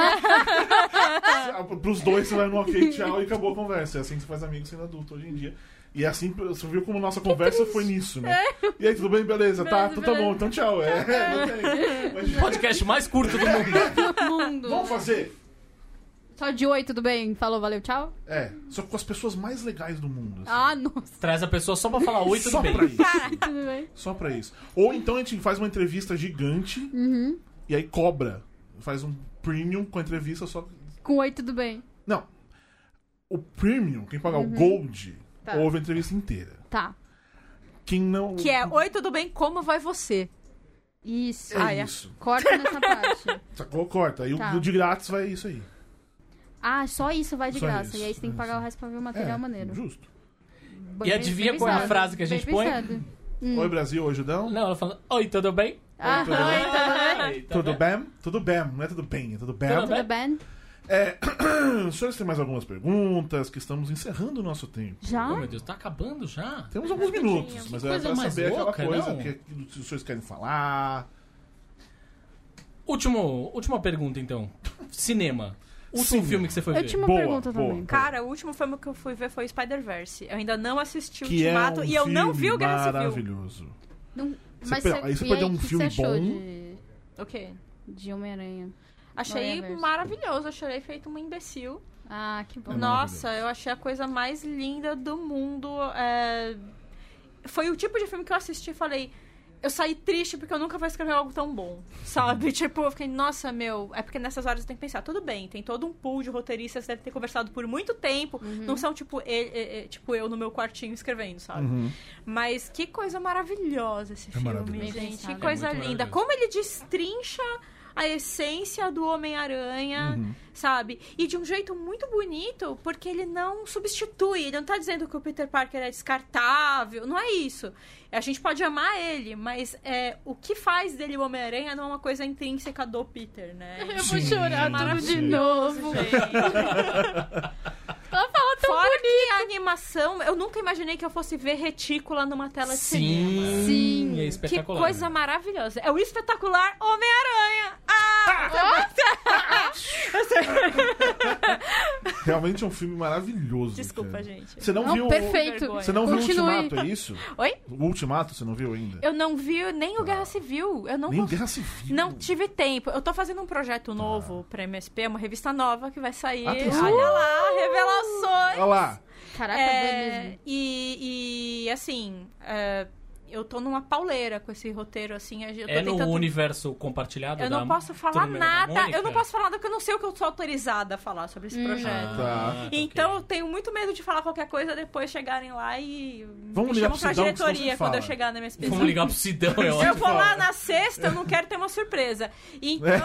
Pros dois você vai no ok, tchau e acabou a conversa. É assim que você faz amigos sendo adulto hoje em dia. E é assim, você viu como nossa conversa foi nisso, né? E aí, tudo bem? Beleza, tá? Beleza, Então tá beleza. bom, então tchau. É, não tem. Mas, podcast mais curto do mundo. Mundo. vamos fazer? Só de oi, tudo bem? Falou, valeu, tchau. É, só com as pessoas mais legais do mundo. assim. Ah, nossa. Traz a pessoa só pra falar oi, tudo Só bem. pra isso. Tudo bem. Só pra isso. Ou então a gente faz uma entrevista gigante Uhum. e aí cobra. Faz um premium com a entrevista só. Com oi, tudo bem. Não. O premium, quem pagar o gold, Tá. ouve a entrevista inteira. Tá. Quem não. Que é, oi, tudo bem? Como vai você? Isso. É Ah, é. isso. Corta nessa parte. Sacou? Corta. Aí o- Tá. o de grátis vai isso aí. Ah, só isso vai de Só graça. isso, E aí você tem que é, pagar sim. o resto pra ver o material É, maneiro. justo. Bem- E adivinha bem qual é a pensado. frase que a Bem gente põe? pensado. Hum. Oi, Brasil, oi, Judão. Não, ela fala, oi, tudo bem? Ah, tudo bem? oi, tudo bem? Oi, tá Tudo bem? bem? Tudo bem, não é tudo bem, é tudo bem. Tudo bem? Tudo bem? É, os senhores têm mais algumas perguntas, que estamos encerrando o nosso tempo. Já? Oh, meu Deus, tá acabando já? Temos alguns Rapidinho. minutos, mas Que é coisa pra mais saber louca, aquela coisa não? que, que os senhores querem falar. Último, última pergunta, então. Cinema. Último Cinema. filme que você foi ver. Última Boa, pergunta boa. também. Cara, o último filme que eu fui ver foi Spider-Verse. Eu ainda não assisti o Que é Ultimato um e eu não filme vi o Guerra Civil. maravilhoso. Não, Você mas pera- você, aí você e pode ter um o que filme você achou bom. De, O quê? de Homem-Aranha. Achei Aranha-Verse. maravilhoso. Eu chorei feito uma imbecil. Ah, que bom. É Nossa, eu achei a coisa mais linda do mundo. É, Foi o tipo de filme que eu assisti e falei... Eu saí triste porque eu nunca vou escrever algo tão bom, sabe? Tipo, eu fiquei, nossa, meu... É porque nessas horas eu tenho que pensar, tudo bem, tem todo um pool de roteiristas que devem ter conversado por muito tempo. Não são, tipo, ele, ele- tipo, eu no meu quartinho escrevendo, sabe? Uhum. Mas que coisa maravilhosa esse filme, maravilhoso. gente. Bem Que pensado. coisa É muito linda. maravilhoso. Como ele destrincha a essência do Homem-Aranha, Uhum. sabe? E de um jeito muito bonito, porque ele não substitui. Ele não tá dizendo que o Peter Parker é descartável. Não é isso. A gente pode amar ele, mas é, o que faz dele o Homem-Aranha não é uma coisa intrínseca do Peter, né? Eu vou Sim, chorar tudo de sim. novo. Gente. Ela fala tão Fora que a animação, eu nunca imaginei que eu fosse ver retícula numa tela de cinema. Sim, Sim. é Que espetacular. coisa maravilhosa. É o espetacular Homem-Aranha. Ah! Realmente é um filme maravilhoso. Desculpa, cara. gente. Você não, Não, viu perfeito. Você não viu o Continue. Ultimato, é isso? Oi? O Ultimato você não viu ainda? Eu não vi nem o Guerra Civil. Eu não Nem o cons- Guerra Civil. Não tive tempo. Eu tô fazendo um projeto novo pra M S P, uma revista nova que vai sair. Atenção. Olha lá, revelações. Olha lá. Caraca, É, vê mesmo. e, e, assim, é, eu tô numa pauleira com esse roteiro, assim. Eu tô É no tentando... universo compartilhado Eu da não posso falar Turma da nada. Mônica? Eu não posso falar nada porque eu não sei o que eu sou autorizada a falar sobre esse Hum. projeto. Tá. Então eu ok. tenho muito medo de falar qualquer coisa depois chegarem lá e Vamos me ligar chamam pro pra Sidão, que senão diretoria você quando fala. eu chegar na M S P. Vamos ligar pro Sidão, eu Se acho. eu for lá na sexta, eu não quero ter uma surpresa. Então,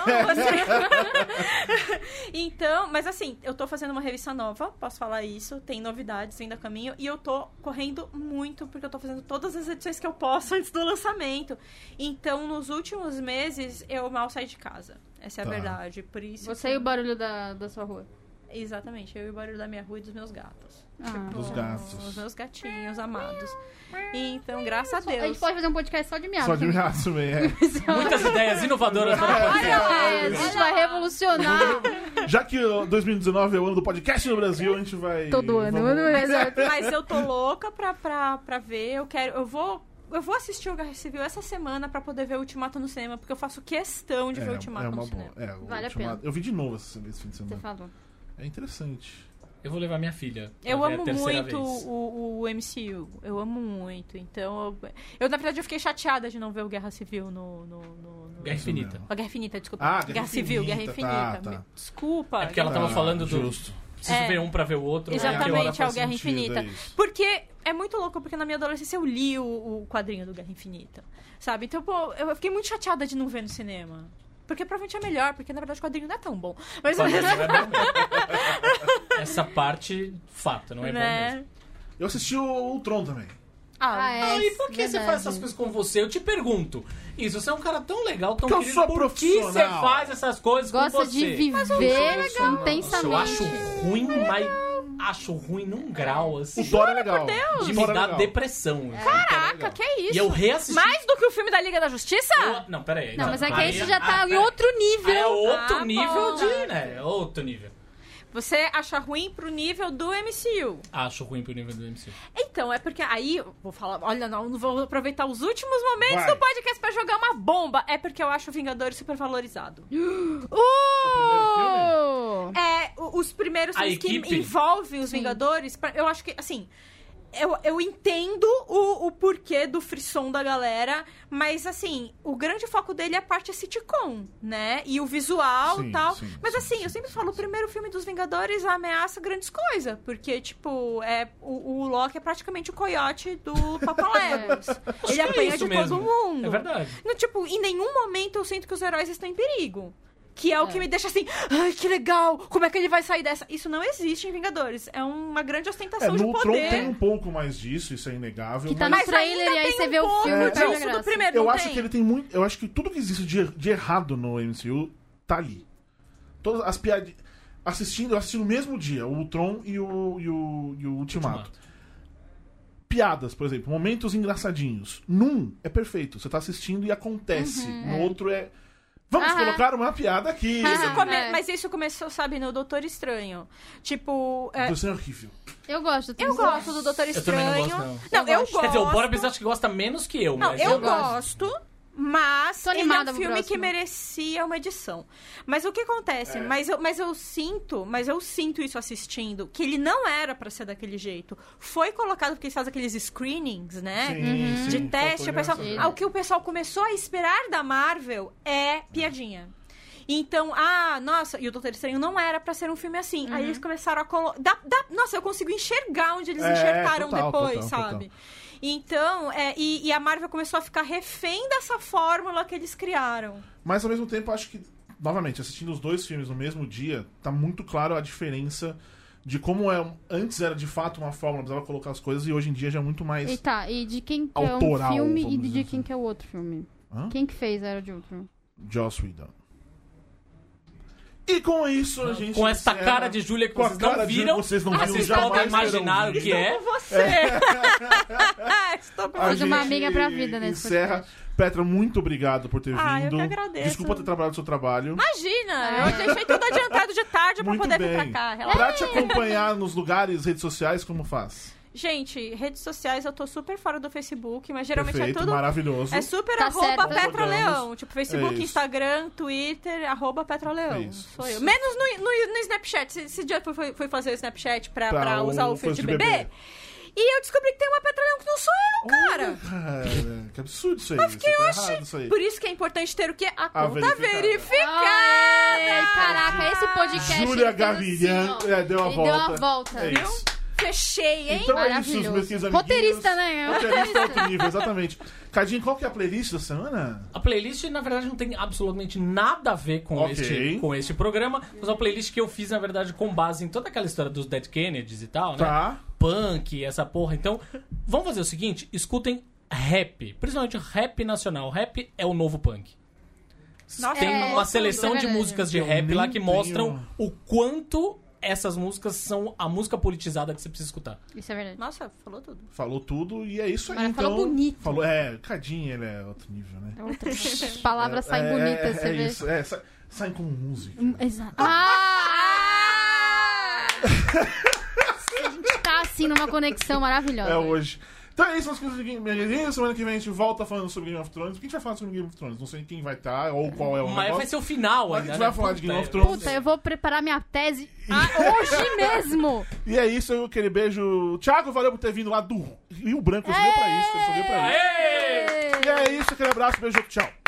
você... então, mas assim, eu tô fazendo uma revista nova, posso falar isso, tem novidades ainda a caminho, e eu tô correndo muito, porque eu tô fazendo todas as edições que eu posso antes do lançamento. Então, nos últimos meses, eu mal saí de casa. Essa é a Tá. verdade. Por isso. Você que- e o barulho da, da sua rua. Exatamente, eu e o barulho da minha rua e dos meus gatos. Ah. Dos gatos. Os meus gatinhos amados. Então, graças a A gente Deus. pode fazer um podcast só de miado. Só de também. miado também, é. Muitas ideias inovadoras para o Olha podcast. lá, a gente vai revolucionar Já que o dois mil e dezenove é o ano do podcast no Brasil, a gente vai... todo ano. vamos- Exato. Mas eu tô louca pra, pra, pra ver. Eu quero. Eu vou. Eu vou assistir o Guerra Civil essa semana pra poder ver o Ultimato no cinema, porque eu faço questão de É, ver o Ultimato é uma no boa. cinema. É, o Vale a Ultimato- pena. Eu vi de novo esse, esse fim de Você semana. falou. É interessante. Eu vou levar minha filha. pra Eu ver a amo terceira muito vez. o, o M C U. Eu amo muito. Então, eu, eu, na verdade, eu fiquei chateada de não ver o Guerra Civil no. no, no, no... Guerra Infinita. Isso A Guerra Infinita, desculpa. Ah, Guerra Guerra Civil, Guerra Infinita, Infinita. tá, tá. Desculpa. É porque ela tava Ah, falando do... justo. Preciso É. ver um pra ver o outro. né? Que hora Exatamente, é faz o Guerra sentido, Infinita. é isso. Porque é muito louco, porque na minha adolescência eu li o, o quadrinho do Guerra Infinita, sabe? Então, pô, eu fiquei muito chateada de não ver no cinema. Porque provavelmente é melhor, porque na verdade o quadrinho não é tão bom. Mas, Quando não é bom mesmo. Essa parte, fato, não é bom né? mesmo. Eu assisti o Ultron também. Ah, Ah, é. Ah, e por que você verdade. faz essas coisas com você? Eu te pergunto. Isso, você é um cara tão legal, tão Porque eu querido. sou Por que você profissional. faz essas coisas com Gosta você? de viver Nossa, eu intensamente. acho ruim, mas acho ruim num grau, assim. O Thor é legal. De O me Thor é dar legal. depressão. assim. Caraca, que é isso? E eu reassisti. Mais do que o filme da Liga da Justiça? Eu- Não, peraí. Não, mas é que aí Aí- você já tá ah, em peraí. outro nível. É outro Ah, nível bom. de, né? É outro nível. Você acha ruim pro nível do M C U. Acho ruim pro nível do M C U. Então, é porque aí, eu vou falar, olha, não, não vou aproveitar os últimos momentos Vai. do podcast pra jogar uma bomba. É porque eu acho o Vingadores super valorizado. Uh! É, o- os primeiros A filmes que equipe. envolvem os Sim. Vingadores, pra- eu acho que, assim, eu, eu entendo o, o porquê do frisson da galera, mas, assim, o grande foco dele é a parte sitcom, né? E o visual Sim, e tal. sim, mas, sim, assim, sim, eu sempre sim, falo, o sim. primeiro filme dos Vingadores ameaça grandes coisas, porque, tipo, é, o, o Loki é praticamente o coiote do Papaléguas. Ele que é apanha isso de mesmo. todo mundo. É verdade. No, tipo, em nenhum momento eu sinto que os heróis estão em perigo. Que é o É. que me deixa assim, ai, que legal, como é que ele vai sair dessa? Isso não existe em Vingadores. É uma grande É, ostentação no de Ultron poder. tem um pouco mais disso, isso é inegável. Que tá mas no trailer ainda e aí tem você um vê o pouco filme e disso perde a do graça. primeiro, eu não acho tem? que ele tem muito. Eu acho que tudo que existe de, de errado no M C U tá ali. Todas as piadas. assistindo, eu assisti no mesmo dia, o Tron e o, e o, e o Ultimato. Ultimato. Piadas, por exemplo, momentos engraçadinhos. Num é perfeito, você tá assistindo e acontece. No é. outro é... Vamos Aham. colocar uma piada aqui. Isso come- É. Mas isso começou, sabe, no Doutor Estranho. Tipo... é, Isso é horrível. Eu gosto. eu gosto do Doutor Eu também Estranho. não gosto, não. Não, eu gosto. gosto. Quer dizer, o Borbs acho que gosta menos que eu, Não, mas eu, eu gosto, mas Tô ele é animada um pro filme que próximo. merecia uma edição. Mas o que acontece? É. Mas, eu, mas eu sinto, mas eu sinto isso assistindo, que ele não era pra ser daquele jeito. Foi colocado porque eles fazem aqueles screenings, né? Sim, sim, De teste, faltou o pessoal, engraçado. ah, o que o pessoal começou a esperar da Marvel é piadinha. Então, ah, nossa, e o Doutor Estranho não era pra ser um filme assim. Aí eles começaram a colocar. Nossa, eu consigo enxergar onde eles É, enxertaram total, depois, total, sabe? total. Então, é, e, e a Marvel começou a ficar refém dessa fórmula que eles criaram. Mas ao mesmo tempo, acho que, novamente, assistindo os dois filmes no mesmo dia, tá muito claro a diferença de como é. Antes era de fato uma fórmula, precisava colocar as coisas, e hoje em dia já é muito mais. E tá, e de quem que é um Autoral, filme e vamos de dizer quem assim. que é o outro filme? Hã? Quem que fez Era de Ultron? Joss Whedon. E com isso, a gente. Com essa encerra- cara de Júlia que com a vocês cara não de Júlia viram, que vocês não mas viram, vocês jamais podem terão imaginar o visto. que é. Com você! Estou com A Fez uma gente amiga pra vida nesse encerra. podcast. Petra, muito obrigado por ter Ah, eu vindo. que agradeço. Desculpa ter trabalhado no seu trabalho. Imagina! É. Eu deixei tudo adiantado de tarde pra Muito poder bem. vir pra cá. Relaxa. Pra te acompanhar nos lugares, redes sociais, como faz? Gente, redes sociais eu tô super fora do Facebook, mas geralmente Perfeito, é tudo. maravilhoso. É super Tá arroba certo. Petra Leão. Tipo, É Facebook, isso. Instagram, Twitter, arroba Petra Leão. É isso. Sou eu. Menos no, no, no Snapchat. Esse, esse dia eu fui, fui fazer o Snapchat pra, Pra pra o usar o coisa filtro de de bebê. bebê. E eu descobri que tem uma Petra Leão que não sou eu, cara. Cara, que absurdo isso aí. Mas fiquei, tá oxe, errado isso aí. Por isso que é importante ter o quê? A conta verificada. verificada. Ai, caraca, esse podcast. Júlia ele fez Gavilhan assim, ó. é, deu a Ele volta. deu a volta. É isso. Fechei, hein? Então é isso, Maravilhoso. meus queridos amiguinhos. Roteirista, né? Roteirista alto nível, exatamente. Cadinho, qual que é a playlist da semana? A playlist, na verdade, não tem absolutamente nada a ver com, Ok. este, com este programa. Mas é uma playlist que eu fiz, na verdade, com base em toda aquela história dos Dead Kennedys e tal, né? Tá. Punk, essa porra. Então, vamos fazer o seguinte: escutem rap. Principalmente rap nacional. Rap é o novo punk. Nossa, Tem é, uma é seleção de verdade. músicas de Eu rap lá nem que tenho- mostram o quanto essas músicas são a música politizada que você precisa escutar. Isso é verdade. Nossa, falou tudo. Falou tudo e é isso aí, Agora então. falou bonito. Falou, é, Cadinho, ele é outro nível, né? As palavras saem é, bonitas, é, você é vê. isso, é, sa- saem como música. Hum, Exato. Ah! A gente tá assim numa conexão maravilhosa. É hoje. Então é isso, meus queridos amiguinhos. Semana que vem a gente volta falando sobre Game of Thrones. O que a gente vai falar sobre Game of Thrones? Não sei quem vai estar ou qual é o Mas vai negócio. ser o final Mas a ainda. gente né? vai falar de Game Puta, of Thrones. Puta, eu vou preparar minha tese ah, hoje mesmo. E é isso, aquele beijo. Thiago, valeu por ter vindo lá do Rio Branco. Você veio pra isso, você veio pra isso. Aê! E é isso, aquele abraço, beijo, tchau.